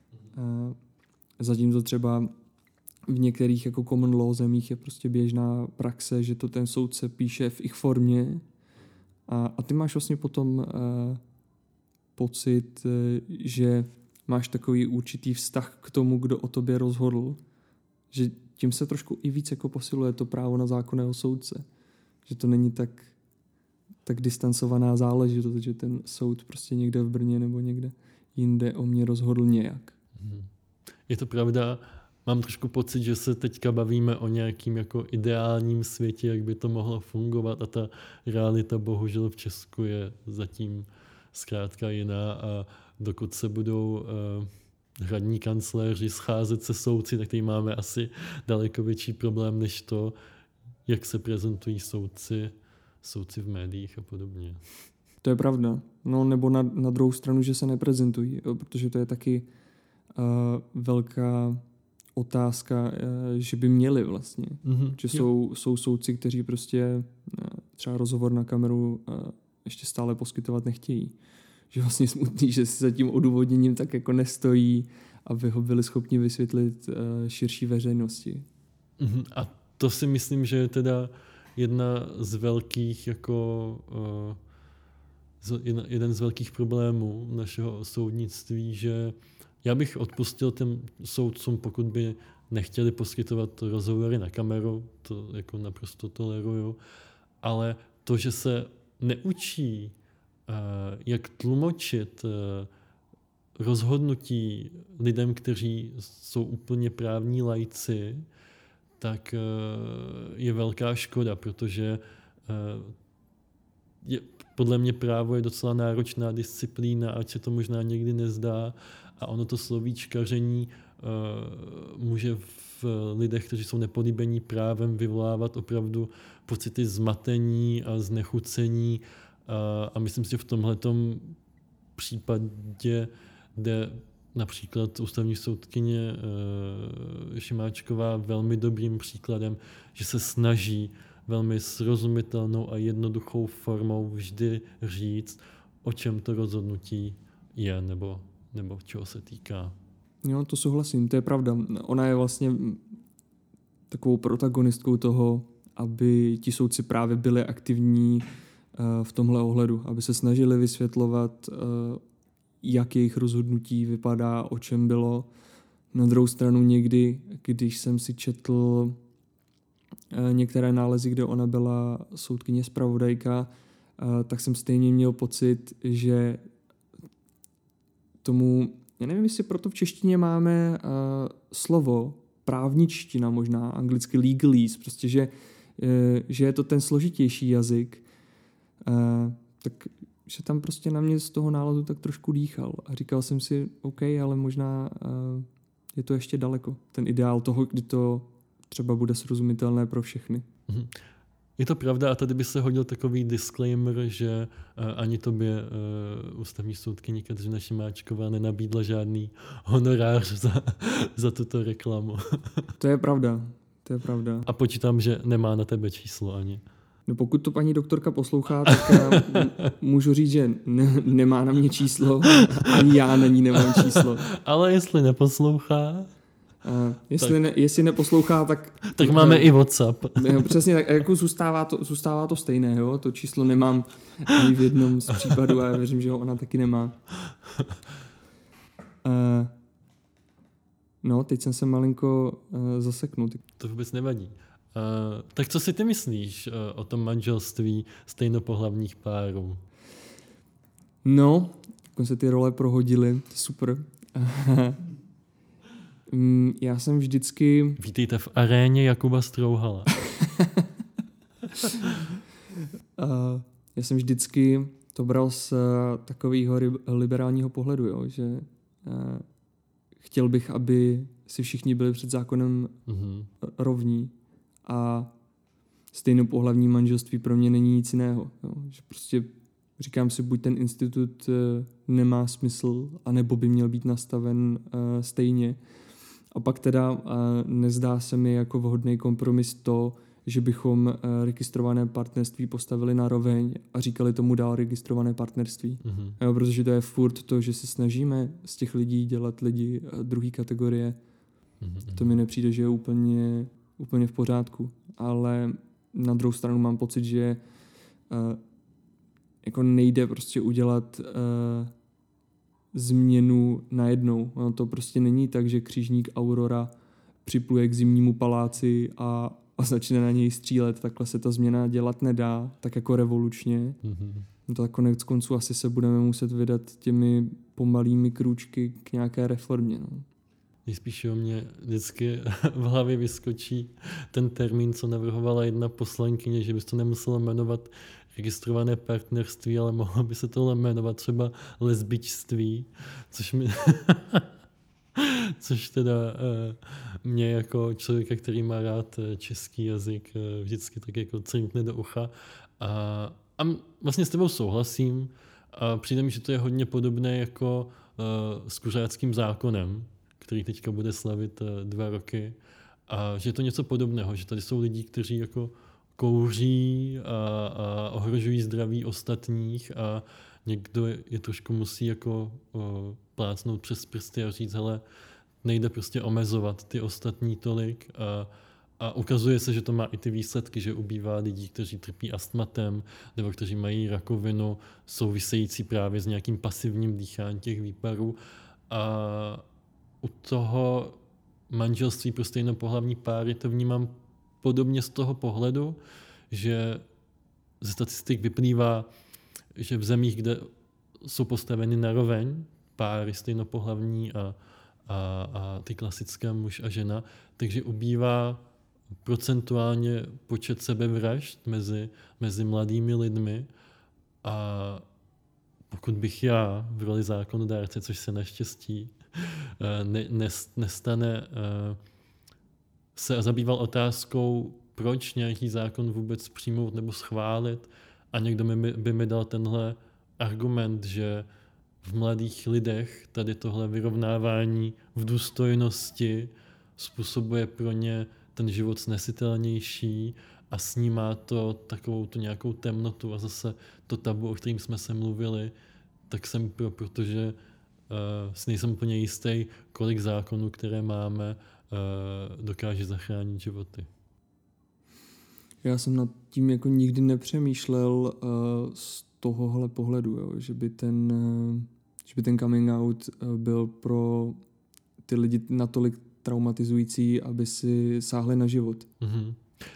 Zatímco třeba v některých jako common law zemích je prostě běžná praxe, že to ten soudce píše v ich formě a, a ty máš vlastně potom uh, pocit, uh, že máš takový určitý vztah k tomu, kdo o tobě rozhodl, že tím se trošku i víc jako posiluje to právo na zákonného soudce. Že to není tak, tak distancovaná záležitost, že ten soud prostě někde v Brně nebo někde jinde o mě rozhodl nějak. Je to pravda, mám trošku pocit, že se teďka bavíme o nějakým jako ideálním světě, jak by to mohlo fungovat a ta realita bohužel v Česku je zatím zkrátka jiná a dokud se budou uh, hradní kancléři scházet se soudci, tak tady máme asi daleko větší problém než to, jak se prezentují soudci, soudci v médiích a podobně. To je pravda. No nebo na, na druhou stranu, že se neprezentují, jo, protože to je taky uh, velká otázka, uh, že by měli vlastně. Mm-hmm. Že jsou, jsou soudci, kteří prostě uh, třeba rozhovor na kameru uh, ještě stále poskytovat nechtějí. Že vlastně smutný, že si za tím odůvodněním tak jako nestojí, aby ho byli schopni vysvětlit uh, širší veřejnosti. Mm-hmm. A to si myslím, že je teda jedna z velkých jako uh, jeden z velkých problémů našeho soudnictví, že já bych odpustil těm soudcům, pokud by nechtěli poskytovat rozhovory na kameru, to jako naprosto toleruju, ale to, že se neučí, jak tlumočit rozhodnutí lidem, kteří jsou úplně právní laici, tak je velká škoda, protože je, podle mě právo je docela náročná disciplína, ať se to možná někdy nezdá a ono to slovíčkaření uh, může v lidech, kteří jsou nepolíbení právem, vyvolávat opravdu pocity zmatení a znechucení uh, a myslím si, že v tomhletom případě, kde například ústavní soudkyně uh, Šimáčková velmi dobrým příkladem, že se snaží velmi srozumitelnou a jednoduchou formou vždy říct, o čem to rozhodnutí je nebo, nebo čeho se týká. Jo, to souhlasím, to je pravda. Ona je vlastně takovou protagonistkou toho, aby ti soudci právě byli aktivní uh, v tomhle ohledu, aby se snažili vysvětlovat, uh, jak jejich rozhodnutí vypadá, o čem bylo. Na druhou stranu někdy, když jsem si četl některé nálezy, kde ona byla soudkyně zpravodajka, tak jsem stejně měl pocit, že tomu, já nevím, jestli proto v češtině máme slovo právničtina, možná anglicky legalese, prostě, že, že je to ten složitější jazyk, tak že tam prostě na mě z toho nálezu tak trošku dýchal a říkal jsem si, OK, ale možná je to ještě daleko, ten ideál toho, kdy to třeba bude srozumitelné pro všechny. Je to pravda a tady by se hodil takový disclaimer, že uh, ani tobě uh, ústavní soudkyně Kateřina Šimáčková nenabídla žádný honorář za, za tuto reklamu. To je pravda, to je pravda. A počítám, že nemá na tebe číslo ani. No pokud to paní doktorka poslouchá, tak já můžu říct, že ne, nemá na mě číslo, ani já na ní nemám číslo. Ale jestli neposlouchá... Uh, jestli, tak. Ne, jestli neposlouchá, tak... Tak máme uh, i WhatsApp. Přesně, tak jako zůstává to, zůstává to stejné, jo? To číslo nemám ani v jednom z případů a já věřím, že ho ona taky nemá. Uh, no, teď jsem se malinko uh, zaseknul. To vůbec nevadí. Uh, tak co si ty myslíš uh, o tom manželství stejnopohlavních párů? No, tak se ty role prohodily, super. Já jsem vždycky... Vítejte v aréně Jakuba Strouhala. uh, já jsem vždycky to bral z uh, takového liberálního pohledu, jo, že uh, chtěl bych, aby si všichni byli před zákonem mm-hmm. rovní a stejnopohlavní manželství pro mě není nic jiného. Jo. Že prostě říkám si, buď ten institut uh, nemá smysl, anebo by měl být nastaven uh, stejně. A pak teda uh, nezdá se mi jako vhodný kompromis to, že bychom uh, registrované partnerství postavili na roveň a říkali tomu dál registrované partnerství. Mm-hmm. Jo, protože to je furt to, že se snažíme z těch lidí dělat lidi uh, druhé kategorie. Mm-hmm. To mi nepřijde, že je úplně, úplně v pořádku. Ale na druhou stranu mám pocit, že uh, jako nejde prostě udělat uh, změnu najednou. Ono to prostě není tak, že křižník Aurora připluje k zimnímu paláci a, a začne na něj střílet. Takhle se ta změna dělat nedá, tak jako revolučně. Mm-hmm. No to konec konců asi se budeme muset vydat těmi pomalými krůčky k nějaké reformě. No. Nejspíš o mě vždycky v hlavě vyskočí ten termín, co navrhovala jedna poslankyně, že bys to nemuselo jmenovat registrované partnerství, ale mohlo by se tohle jmenovat třeba lesbičství, což mi... což teda uh, mě jako člověka, který má rád český jazyk, uh, vždycky tak jako cinkne do ucha. A, a vlastně s tebou souhlasím. A přijde mi, že to je hodně podobné jako uh, s kuřáckým zákonem, který teďka bude slavit uh, dva roky. A že je to něco podobného, že tady jsou lidi, kteří jako kouří a, a ohrožují zdraví ostatních a někdo je trošku musí jako o, plácnout přes prsty a říct, hele, nejde prostě omezovat ty ostatní tolik a, a ukazuje se, že to má i ty výsledky, že ubývá lidí, kteří trpí astmatem nebo kteří mají rakovinu související právě s nějakým pasivním dýcháním těch výparů a u toho manželství pro stejnopohlavní páry to vnímám podobně z toho pohledu, že ze statistik vyplývá, že v zemích, kde jsou postaveny na roveň páry stejnopohlavní a, a, a ty klasické muž a žena, takže ubývá procentuálně počet sebevražd mezi, mezi mladými lidmi a pokud bych já v roli zákonodárce, což se naštěstí ne, ne, nestane, se zabýval otázkou, proč nějaký zákon vůbec přijmout nebo schválit a někdo mi, by mi dal tenhle argument, že v mladých lidech tady tohle vyrovnávání v důstojnosti způsobuje pro ně ten život snesitelnější a snímá to takovou tu nějakou temnotu a zase to tabu, o kterým jsme se mluvili, tak jsem pro, protože uh, si nejsem úplně jistý, kolik zákonů, které máme, uh, dokáže zachránit životy. Já jsem nad tím jako nikdy nepřemýšlel uh, z tohohle pohledu, jo, že by ten, uh, že by ten coming out uh, byl pro ty lidi natolik traumatizující, aby si sáhli na život. Mm-hmm.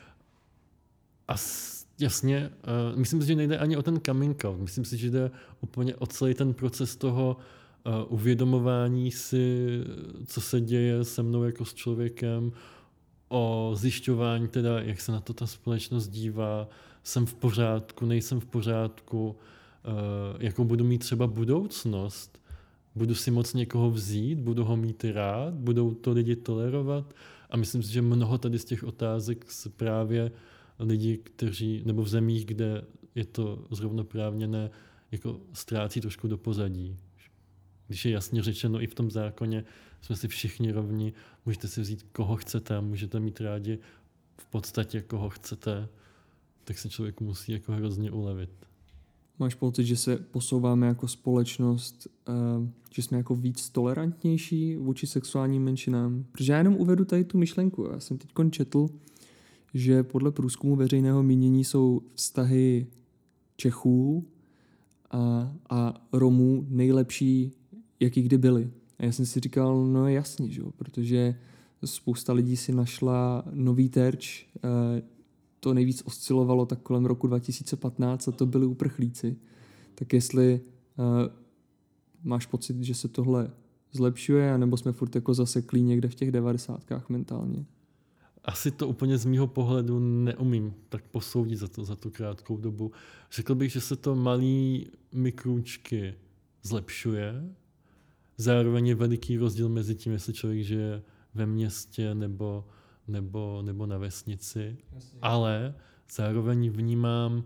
A jasně, uh, myslím si, že nejde ani o ten coming out. Myslím si, že jde úplně o celý ten proces toho uh, uvědomování si, co se děje se mnou jako s člověkem, o zjišťování teda, jak se na to ta společnost dívá, jsem v pořádku, nejsem v pořádku, uh, jakou budu mít třeba budoucnost, budu si moc někoho vzít, budu ho mít rád, budou to lidi tolerovat a myslím si, že mnoho tady z těch otázek se právě lidi, kteří, nebo v zemích, kde je to zrovnoprávněné, jako ztrácí trošku do pozadí. Když je jasně řečeno i v tom zákoně, jsme si všichni rovni, můžete si vzít koho chcete, můžete mít rádi v podstatě koho chcete, tak se člověku musí jako hrozně ulevit. Máš pocit, že se posouváme jako společnost, že jsme jako víc tolerantnější vůči sexuálním menšinám? Protože já jenom uvedu tady tu myšlenku. Já jsem teď četl, že podle průzkumu veřejného mínění jsou vztahy Čechů a, a Romů nejlepší, jaký kdy byly. A já jsem si říkal, no jasně, že jo, protože spousta lidí si našla nový terč, to nejvíc oscilovalo tak kolem roku dva tisíce patnáct a to byli uprchlíci. Tak jestli Máš pocit, že se tohle zlepšuje, anebo jsme furt jako zaseklí někde v těch devadesátkách mentálně? Asi to úplně z mýho pohledu neumím tak posoudit za, to, za tu krátkou dobu. Řekl bych, že se to malými krůčky zlepšuje. Zároveň je veliký rozdíl mezi tím, jestli člověk žije ve městě nebo, nebo, nebo na vesnici. Jasně. Ale zároveň vnímám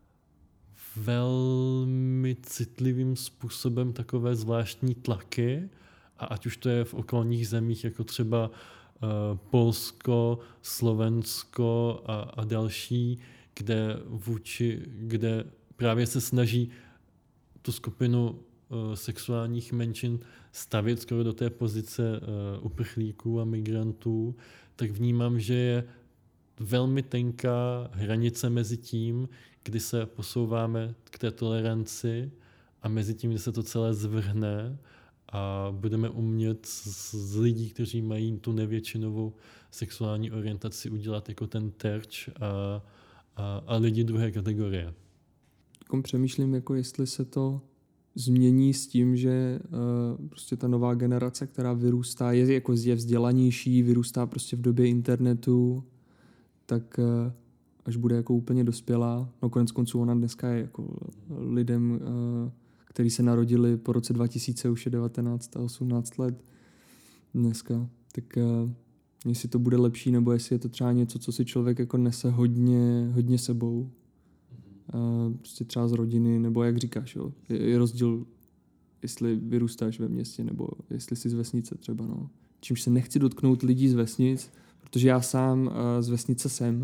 velmi citlivým způsobem takové zvláštní tlaky, a ať už to je v okolních zemích, jako třeba uh, Polsko, Slovensko a, a další, kde vůči, kde právě se snaží tu skupinu uh, sexuálních menšin stavět skoro do té pozice uh, uprchlíků a migrantů, tak vnímám, že je velmi tenká hranice mezi tím, kdy se posouváme k té toleranci a mezi tím, kdy se to celé zvrhne a budeme umět z, z lidí, kteří mají tu nevětšinovou sexuální orientaci, udělat jako ten terč a, a, a lidi druhé kategorie. Takom přemýšlím, jako jestli se to změní s tím, že uh, prostě ta nová generace, která vyrůstá, je jako je vzdělanější, vyrůstá prostě v době internetu, tak uh, až bude jako úplně dospělá, no konec konců ona dneska je jako lidem, uh, který se narodili po roce dva tisíce, už je devatenáct a osmnáct let dneska, tak uh, jestli to bude lepší, nebo jestli je to třeba něco, co si člověk jako nese hodně, hodně sebou. Uh, prostě třeba z rodiny, nebo jak říkáš, jo, je, je rozdíl, jestli vyrůstáš ve městě, nebo jestli jsi z vesnice třeba, no. Čímž se nechci dotknout lidí z vesnic, protože já sám uh, z vesnice jsem.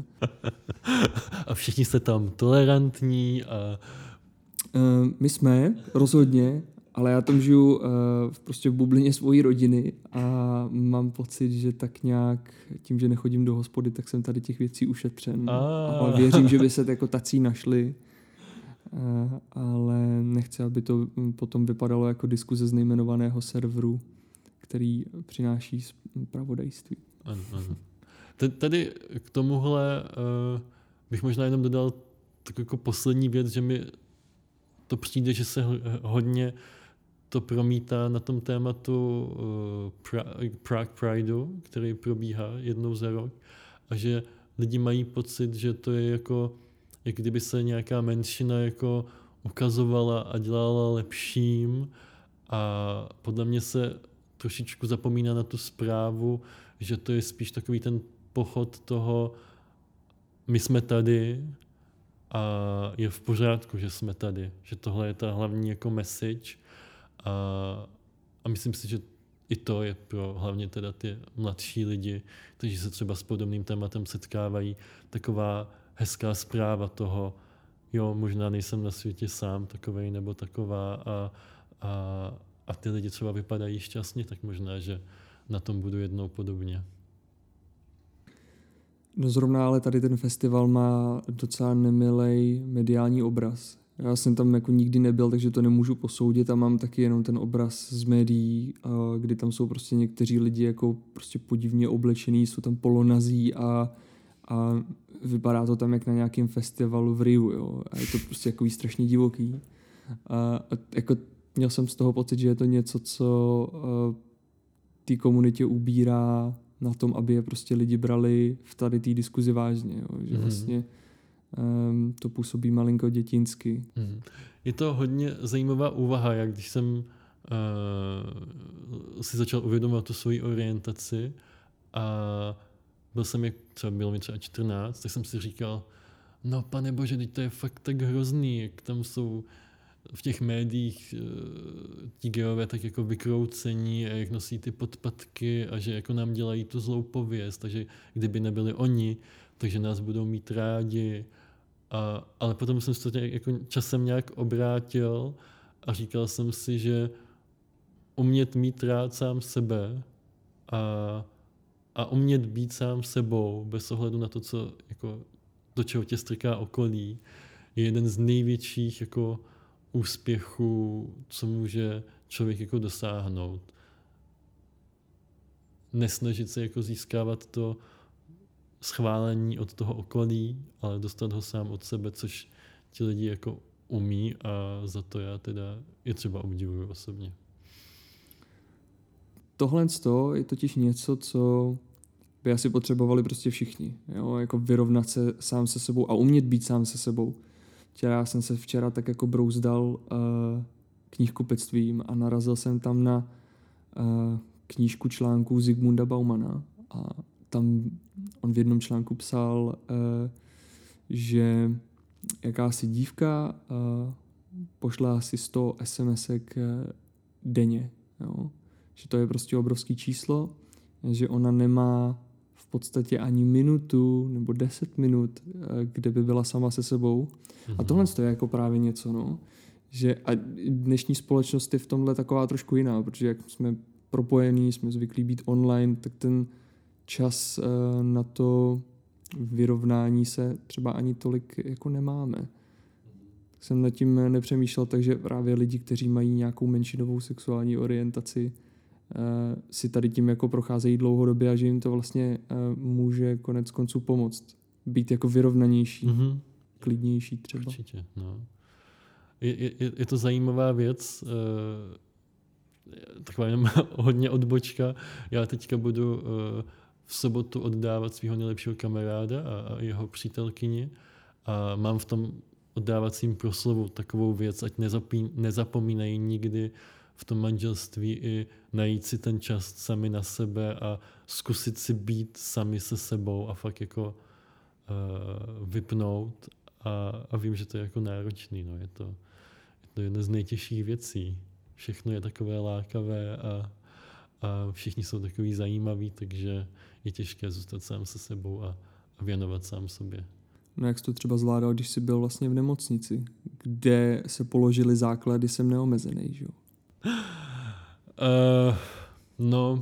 A všichni jste tam tolerantní a... Uh, my jsme, rozhodně, ale já tam žiju uh, prostě v bublině svojí rodiny a mám pocit, že tak nějak tím, že nechodím do hospody, tak jsem tady těch věcí ušetřen. A, a věřím, že by se jako tací našli, uh, ale nechci, aby to potom vypadalo jako diskuze z nejmenovaného serveru, který přináší zpravodajství. Ano, ano. Tady k tomuhle uh, bych možná jenom dodal tak jako poslední věc, že mi to přijde, že se hodně to promítá na tom tématu uh, Prague Prideu, který probíhá jednou za rok, a že lidi mají pocit, že to je jako, jak kdyby se nějaká menšina jako ukazovala a dělala lepším, a podle mě se trošičku zapomíná na tu zprávu, že to je spíš takový ten pochod toho, my jsme tady a je v pořádku, že jsme tady, že tohle je ta hlavní jako message, a, a myslím si, že i to je pro hlavně teda ty mladší lidi, kteří se třeba s podobným tématem setkávají, taková hezká zpráva toho, jo, možná nejsem na světě sám takovej nebo taková, a, a, a ty lidi třeba vypadají šťastně, tak možná, že na tom budu jednou podobně. No zrovna ale tady ten festival má docela nemilej mediální obraz. Já jsem tam jako nikdy nebyl, takže to nemůžu posoudit, a mám taky jenom ten obraz z médií, kdy tam jsou prostě někteří lidi jako prostě podivně oblečený, jsou tam polonazí a, a vypadá to tam jak na nějakém festivalu v Riu, jo. A je to prostě jako strašně divoký. A, a jako měl jsem z toho pocit, že je to něco, co té komunitě ubírá na tom, aby je prostě lidi brali v tady té diskuzi vážně, jo. Že mm. vlastně um, to působí malinko dětinsky. Mm. Je to hodně zajímavá úvaha, jak když jsem uh, si začal uvědomovat tu svoji orientaci a byl jsem, jak třeba bylo mi třeba čtrnáct, tak jsem si říkal, no pane bože, teď to je fakt tak hrozný, jak tam jsou v těch médiích ti gejové tak jako vykroucení a jak nosí ty podpatky a že jako nám dělají tu zlou pověst, takže kdyby nebyli oni, takže nás budou mít rádi. A, ale potom jsem se to jako časem nějak obrátil a říkal jsem si, že umět mít rád sám sebe a, a umět být sám sebou bez ohledu na to, co, jako, do čeho tě strká okolí, je jeden z největších jako úspěchu, co může člověk jako dosáhnout. Nesnažit se jako získávat to schválení od toho okolí, ale dostat ho sám od sebe, což ti lidi jako umí a za to já teda je třeba obdivuju osobně. Tohle je totiž něco, co by asi potřebovali prostě všichni. Jo? Jako vyrovnat se sám se sebou a umět být sám se sebou. Já jsem se včera tak jako brouzdal uh, knihkupectvím a narazil jsem tam na uh, knížku článků Zigmunda Baumana a tam on v jednom článku psal, uh, že jakási dívka uh, pošle asi sto SMSek uh, denně. Jo? Že to je prostě obrovský číslo, že ona nemá v podstatě ani minutu nebo deset minut, kde by byla sama se sebou. Mm-hmm. A tohle je jako právě něco, no. Že a dnešní společnost je v tomhle taková trošku jiná, protože jak jsme propojení, jsme zvyklí být online, tak ten čas uh, na to vyrovnání se třeba ani tolik jako nemáme. Tak jsem nad tím nepřemýšlel, takže právě lidi, kteří mají nějakou menšinovou sexuální orientaci, Uh, si tady tím jako procházejí dlouhodobě a že jim to vlastně uh, může konec konců pomoct. Být jako vyrovnanější, mm-hmm. klidnější třeba. Určitě, no. Je, je, je to zajímavá věc, uh, taková jenom hodně odbočka. Já teďka budu uh, v sobotu oddávat svého nejlepšího kamaráda a, a jeho přítelkyni a mám v tom oddávacím proslovu takovou věc, ať nezapí, nezapomínají nikdy v tom manželství i najít si ten čas sami na sebe a zkusit si být sami se sebou a fakt jako uh, vypnout a, a vím, že to je jako náročný, no. Je to, je to jedna z nejtěžších věcí. Všechno je takové lákavé a, a všichni jsou takový zajímaví, takže je těžké zůstat sám se sebou a, a věnovat sám sobě. No jak jsi to třeba zvládal, když jsi byl vlastně v nemocnici, kde se položily základy Jsem neomezený, že jo? Uh, no,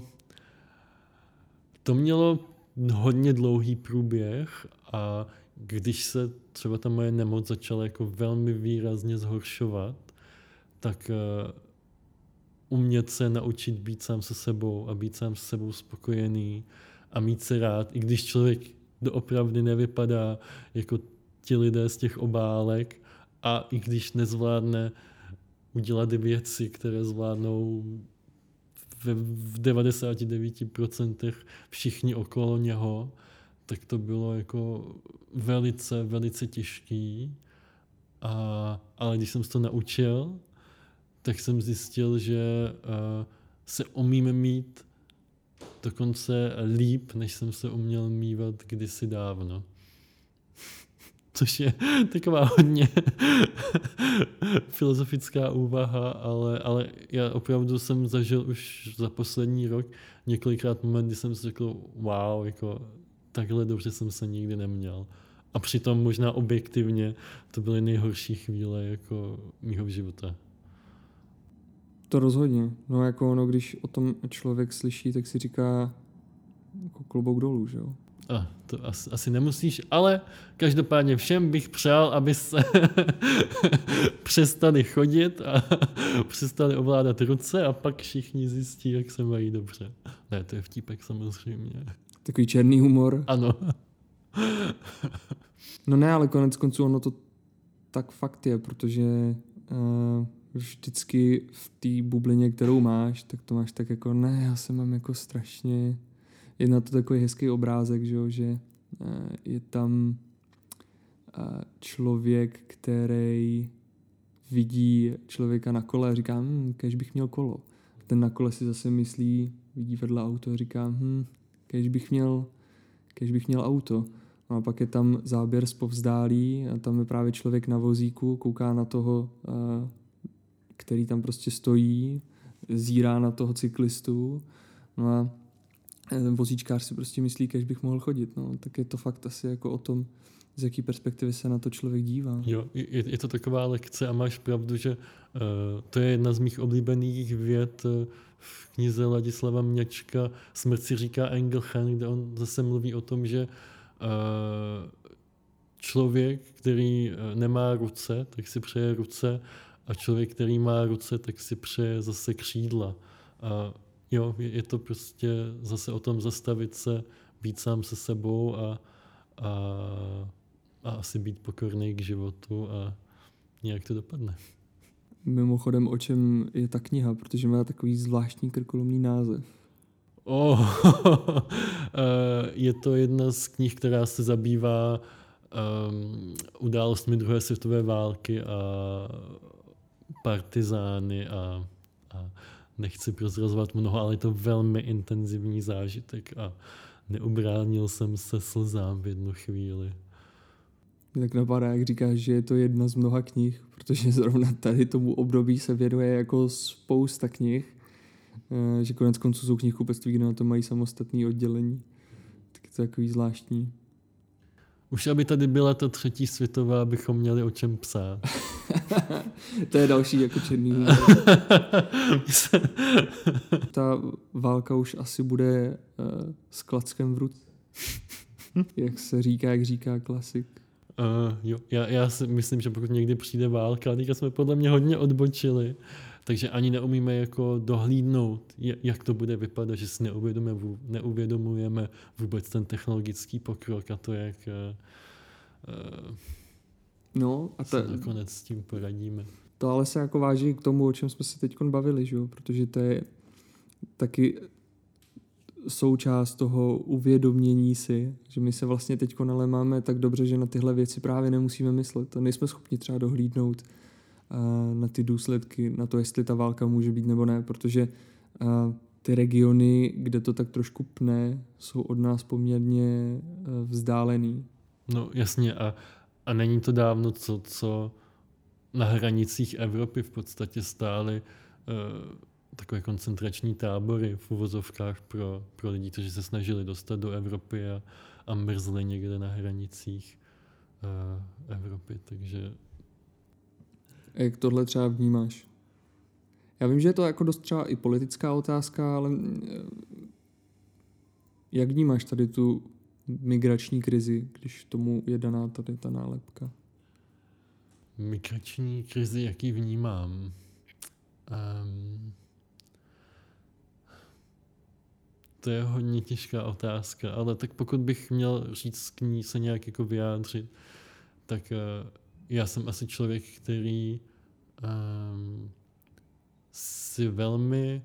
to mělo hodně dlouhý průběh a když se třeba ta moje nemoc začala jako velmi výrazně zhoršovat, tak uh, umět se naučit být sám se sebou a být sám se sebou spokojený a mít se rád, i když člověk doopravdy nevypadá jako ti lidé z těch obálek a i když nezvládne udělat věci, které zvládnou v devadesát devět procent všichni okolo něho, tak to bylo jako velice, velice těžký. A, ale když jsem se to naučil, tak jsem zjistil, že uh, se umím mít dokonce líp, než jsem se uměl mívat kdysi dávno. Což je taková hodně filozofická úvaha, ale, ale já opravdu jsem zažil už za poslední rok několikrát moment, kdy jsem si řekl, wow, jako takhle dobře jsem se nikdy neměl. A přitom možná objektivně to byly nejhorší chvíle jako mýho života. To rozhodně. No jako ono, když o tom člověk slyší, tak si říká jako klobouk dolů, že jo? A, to asi, asi nemusíš, ale každopádně všem bych přál, aby se přestali chodit a přestali ovládat ruce a pak všichni zjistí, jak se mají dobře. Ne, to je vtípek samozřejmě. Takový černý humor. Ano. No ne, ale konec konců ono to tak fakt je, protože uh, vždycky v té bublině, kterou máš, tak to máš tak jako, ne, já se mám jako strašně... Je na to takový hezký obrázek, že, jo, že uh, je tam uh, člověk, který vidí člověka na kole a říká, hm, kéž bych měl kolo. Ten na kole si zase myslí, vidí vedle auto a říká, hm, kéž bych měl, kéž bych měl auto. No a pak je tam záběr zpovzdálí a tam je právě člověk na vozíku, kouká na toho, uh, který tam prostě stojí, zírá na toho cyklistu. No a vozíčkář si prostě myslí, kež bych mohl chodit. No. Tak je to fakt asi jako o tom, z jaký perspektivy se na to člověk dívá. Jo, je, je to taková lekce a máš pravdu, že uh, to je jedna z mých oblíbených vět uh, v knize Ladislava Mňačka Smrt si říká Engelchen, kde on zase mluví o tom, že uh, člověk, který uh, nemá ruce, tak si přeje ruce a člověk, který má ruce, tak si přeje zase křídla. A jo, je to prostě zase o tom zastavit se, být sám se sebou a, a, a asi být pokorný k životu a nějak to dopadne. Mimochodem, o čem je ta kniha, protože má takový zvláštní krkolomný název. Oh, je to jedna z knih, která se zabývá um, událostmi druhé světové války a partizány a, a nechci prozrazovat mnoho, ale je to velmi intenzivní zážitek a neubránil jsem se slzám v jednu chvíli. Mě tak napadá, jak říkáš, že je to jedna z mnoha knih, protože zrovna tady tomu období se věnuje jako spousta knih, že konec konců jsou knihkupectví, kde na to mají samostatné oddělení. Tak je to takový zvláštní. Už aby tady byla ta třetí světová, abychom měli o čem psát. To je další jako černý humor. Ta válka už asi bude uh, s klackem v ruce. Jak se říká, jak říká klasik. Uh, jo, já, já si myslím, že pokud někdy přijde válka, teďka jsme podle mě hodně odbočili, takže ani neumíme jako dohlídnout, jak to bude vypadat, že si neuvědomujeme, neuvědomujeme vůbec ten technologický pokrok a to, jak uh, no, a se nakonec s tím poradíme. To ale se jako váží k tomu, o čem jsme se teď bavili, že jo? Protože to je taky součást toho uvědomění si, že my se vlastně teď ale máme tak dobře, že na tyhle věci právě nemusíme myslet. A nejsme schopni třeba dohlídnout uh, na ty důsledky, na to, jestli ta válka může být nebo ne, protože uh, ty regiony, kde to tak trošku pne, jsou od nás poměrně uh, vzdálený. No jasně a, a není to dávno, co, co na hranicích Evropy v podstatě stály uh, takové koncentrační tábory v uvozovkách pro, pro lidi, kteří se snažili dostat do Evropy a, a mrzli někde na hranicích uh, Evropy, takže... A jak tohle třeba vnímáš? Já vím, že je to jako dost třeba i politická otázka, ale jak vnímáš tady tu migrační krizi, když tomu je daná tady ta nálepka? Migrační krizi, jaký vnímám? Um, to je hodně těžká otázka, ale tak pokud bych měl říct k ní se nějak jako vyjádřit, tak uh, já jsem asi člověk, který um, si velmi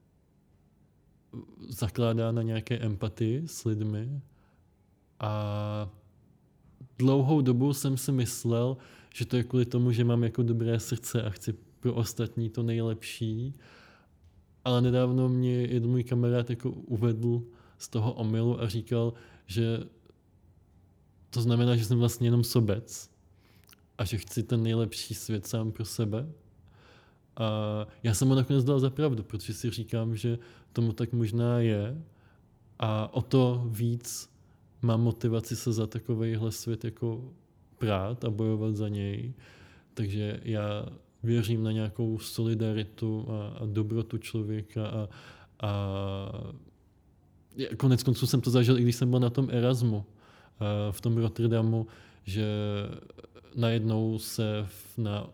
zakládá na nějaké empatii s lidmi a dlouhou dobu jsem si myslel, že to je kvůli tomu, že mám jako dobré srdce a chci pro ostatní to nejlepší. Ale nedávno mě jeden můj kamarád jako uvedl z toho omylu a říkal, že to znamená, že jsem vlastně jenom sobec a že chci ten nejlepší svět sám pro sebe. A já jsem mu nakonec dal za pravdu, protože si říkám, že tomu tak možná je a o to víc mám motivaci se za takovejhle svět jako prát a bojovat za něj. Takže já věřím na nějakou solidaritu a, a dobrotu člověka a, a konec konců jsem to zažil, i když jsem byl na tom Erasmu v tom Rotterdamu, že najednou se na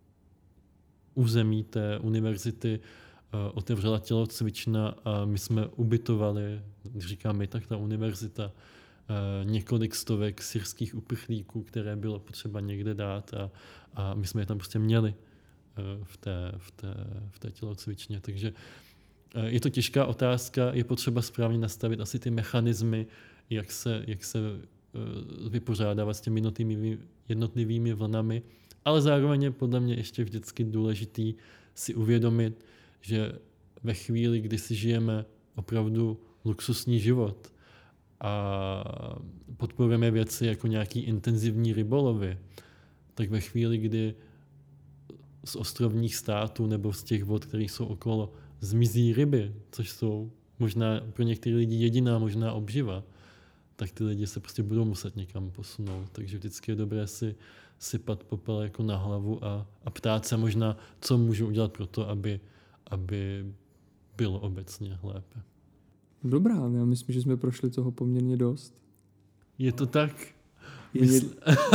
území té univerzity otevřela tělocvična a my jsme ubytovali, když říkám my, tak ta univerzita, několik stovek syrských uprchlíků, které bylo potřeba někde dát a, a my jsme je tam prostě měli v té, v té, v té tělocvičně. Takže je to těžká otázka, je potřeba správně nastavit asi ty mechanismy, jak se, jak se vypořádávat s těmi jednotlivými, jednotlivými vlnami, ale zároveň je podle mě ještě vždycky důležitý si uvědomit, že ve chvíli, kdy si žijeme opravdu luxusní život a podporujeme věci jako nějaký intenzivní rybolovy, tak ve chvíli, kdy z ostrovních států nebo z těch vod, které jsou okolo, zmizí ryby, což jsou možná pro některé lidi jediná možná obživa, tak ty lidi se prostě budou muset někam posunout. Takže vždycky je dobré si sypat popel jako na hlavu a, a ptát se možná, co můžu udělat pro to, aby, aby bylo obecně lépe. Dobrá, já myslím, že jsme prošli toho poměrně dost. Je to tak? Je, Mysl...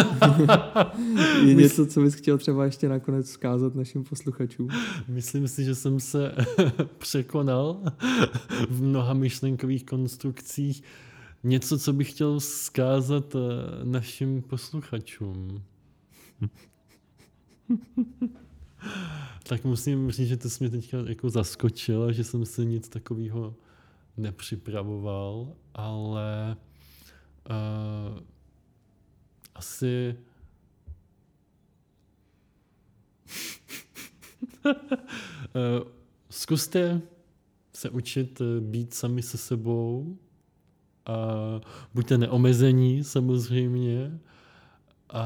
je něco, co bys chtěl třeba ještě nakonec vzkázat našim posluchačům? Myslím si, že jsem se překonal v mnoha myšlenkových konstrukcích. Něco, co bych chtěl vzkázat našim posluchačům. Tak musím říct, že to jsi mě teďka jako zaskočil, že jsem si nic takového nepřipravoval, ale uh, asi uh, zkuste se učit být sami se sebou a buďte neomezení samozřejmě a,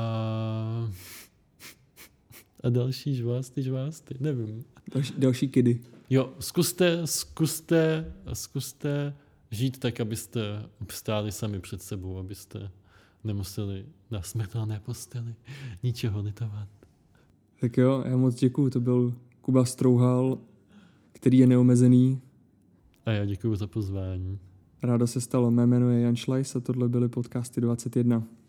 a další žvásty, žvásty, nevím. Další, další kidy. Jo, zkuste, zkuste, zkuste žít tak, abyste obstáli sami před sebou, abyste nemuseli na smrtelné posteli ničeho litovat. Tak jo, já moc děkuju, to byl Kuba Strouhal, který je neomezený. A já děkuju za pozvání. Rádo se stalo, mé jméno je Jan Šlajs a tohle byly podcasty dvacet jedna.